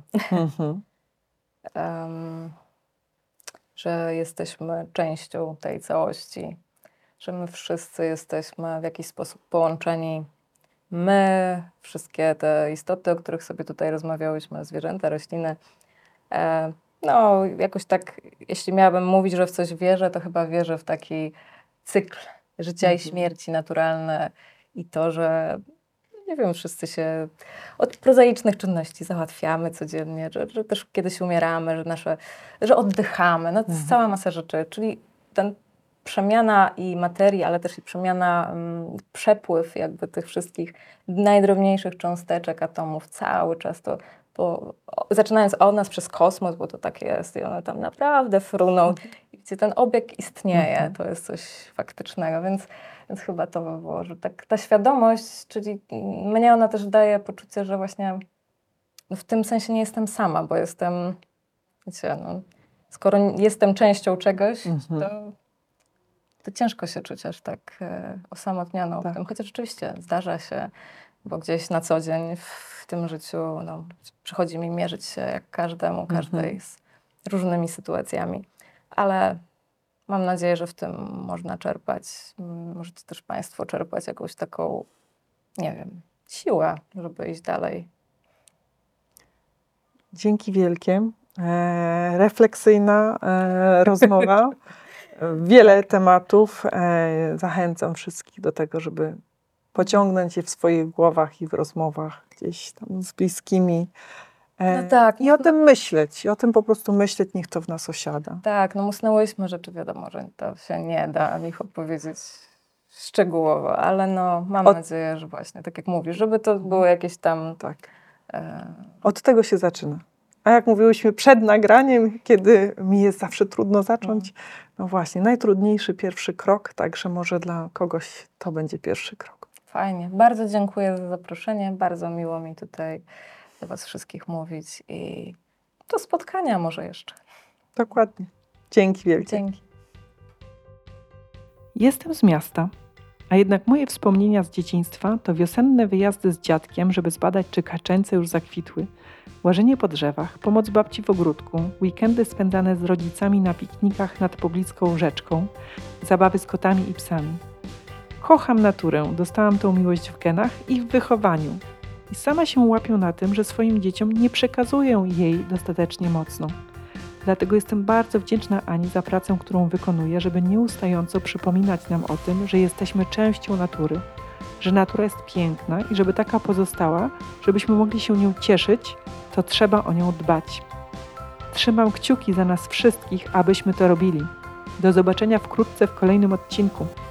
że jesteśmy częścią tej całości, że my wszyscy jesteśmy w jakiś sposób połączeni. My, wszystkie te istoty, o których sobie tutaj rozmawiałyśmy, zwierzęta, rośliny. No jakoś tak, jeśli miałabym mówić, że w coś wierzę, to chyba wierzę w taki cykl życia i śmierci naturalne i to, że nie wiem, wszyscy się od prozaicznych czynności załatwiamy codziennie, że też kiedyś umieramy, że oddychamy, no to jest cała masa rzeczy, czyli ten przemiana i materii, ale też i przemiana, przepływ jakby tych wszystkich najdrobniejszych cząsteczek, atomów, cały czas to, zaczynając od nas przez kosmos, bo to tak jest i one tam naprawdę fruną, gdzie ten obieg istnieje, to jest coś faktycznego, więc chyba to by było, że tak ta świadomość, czyli mnie ona też daje poczucie, że właśnie w tym sensie nie jestem sama, bo jestem, wiecie, no, skoro jestem częścią czegoś, to ciężko się czuć aż tak osamotnioną w tym, chociaż oczywiście zdarza się, bo gdzieś na co dzień w tym życiu no, przychodzi mi mierzyć się jak każdemu, każdej z różnymi sytuacjami, ale mam nadzieję, że w tym można czerpać, możecie też Państwo czerpać jakąś taką, nie wiem, siłę, żeby iść dalej. Dzięki wielkie. Refleksyjna rozmowa. Wiele tematów. Zachęcam wszystkich do tego, żeby pociągnąć je w swoich głowach i w rozmowach gdzieś tam z bliskimi. No tak. I o tym myśleć. I o tym po prostu myśleć, niech to w nas osiada. Tak, no musnęłyśmy rzeczy, wiadomo, że to się nie da ich opowiedzieć szczegółowo, ale no mam nadzieję, że właśnie, tak jak mówisz, żeby to było jakieś tam... Tak. Od tego się zaczyna. A jak mówiłyśmy przed nagraniem, kiedy mi jest zawsze trudno zacząć, no właśnie, najtrudniejszy pierwszy krok, także może dla kogoś to będzie pierwszy krok. Fajnie. Bardzo dziękuję za zaproszenie. Bardzo miło mi tutaj do was wszystkich mówić i do spotkania może jeszcze. Dokładnie. Dzięki wielkie. Dzięki. Jestem z miasta, a jednak moje wspomnienia z dzieciństwa to wiosenne wyjazdy z dziadkiem, żeby zbadać, czy kaczęce już zakwitły, łażenie po drzewach, pomoc babci w ogródku, weekendy spędzane z rodzicami na piknikach nad pobliską rzeczką, zabawy z kotami i psami. Kocham naturę, dostałam tą miłość w genach i w wychowaniu. I sama się łapię na tym, że swoim dzieciom nie przekazuję jej dostatecznie mocno. Dlatego jestem bardzo wdzięczna Ani za pracę, którą wykonuje, żeby nieustająco przypominać nam o tym, że jesteśmy częścią natury, że natura jest piękna i żeby taka pozostała, żebyśmy mogli się nią cieszyć, to trzeba o nią dbać. Trzymam kciuki za nas wszystkich, abyśmy to robili. Do zobaczenia wkrótce w kolejnym odcinku.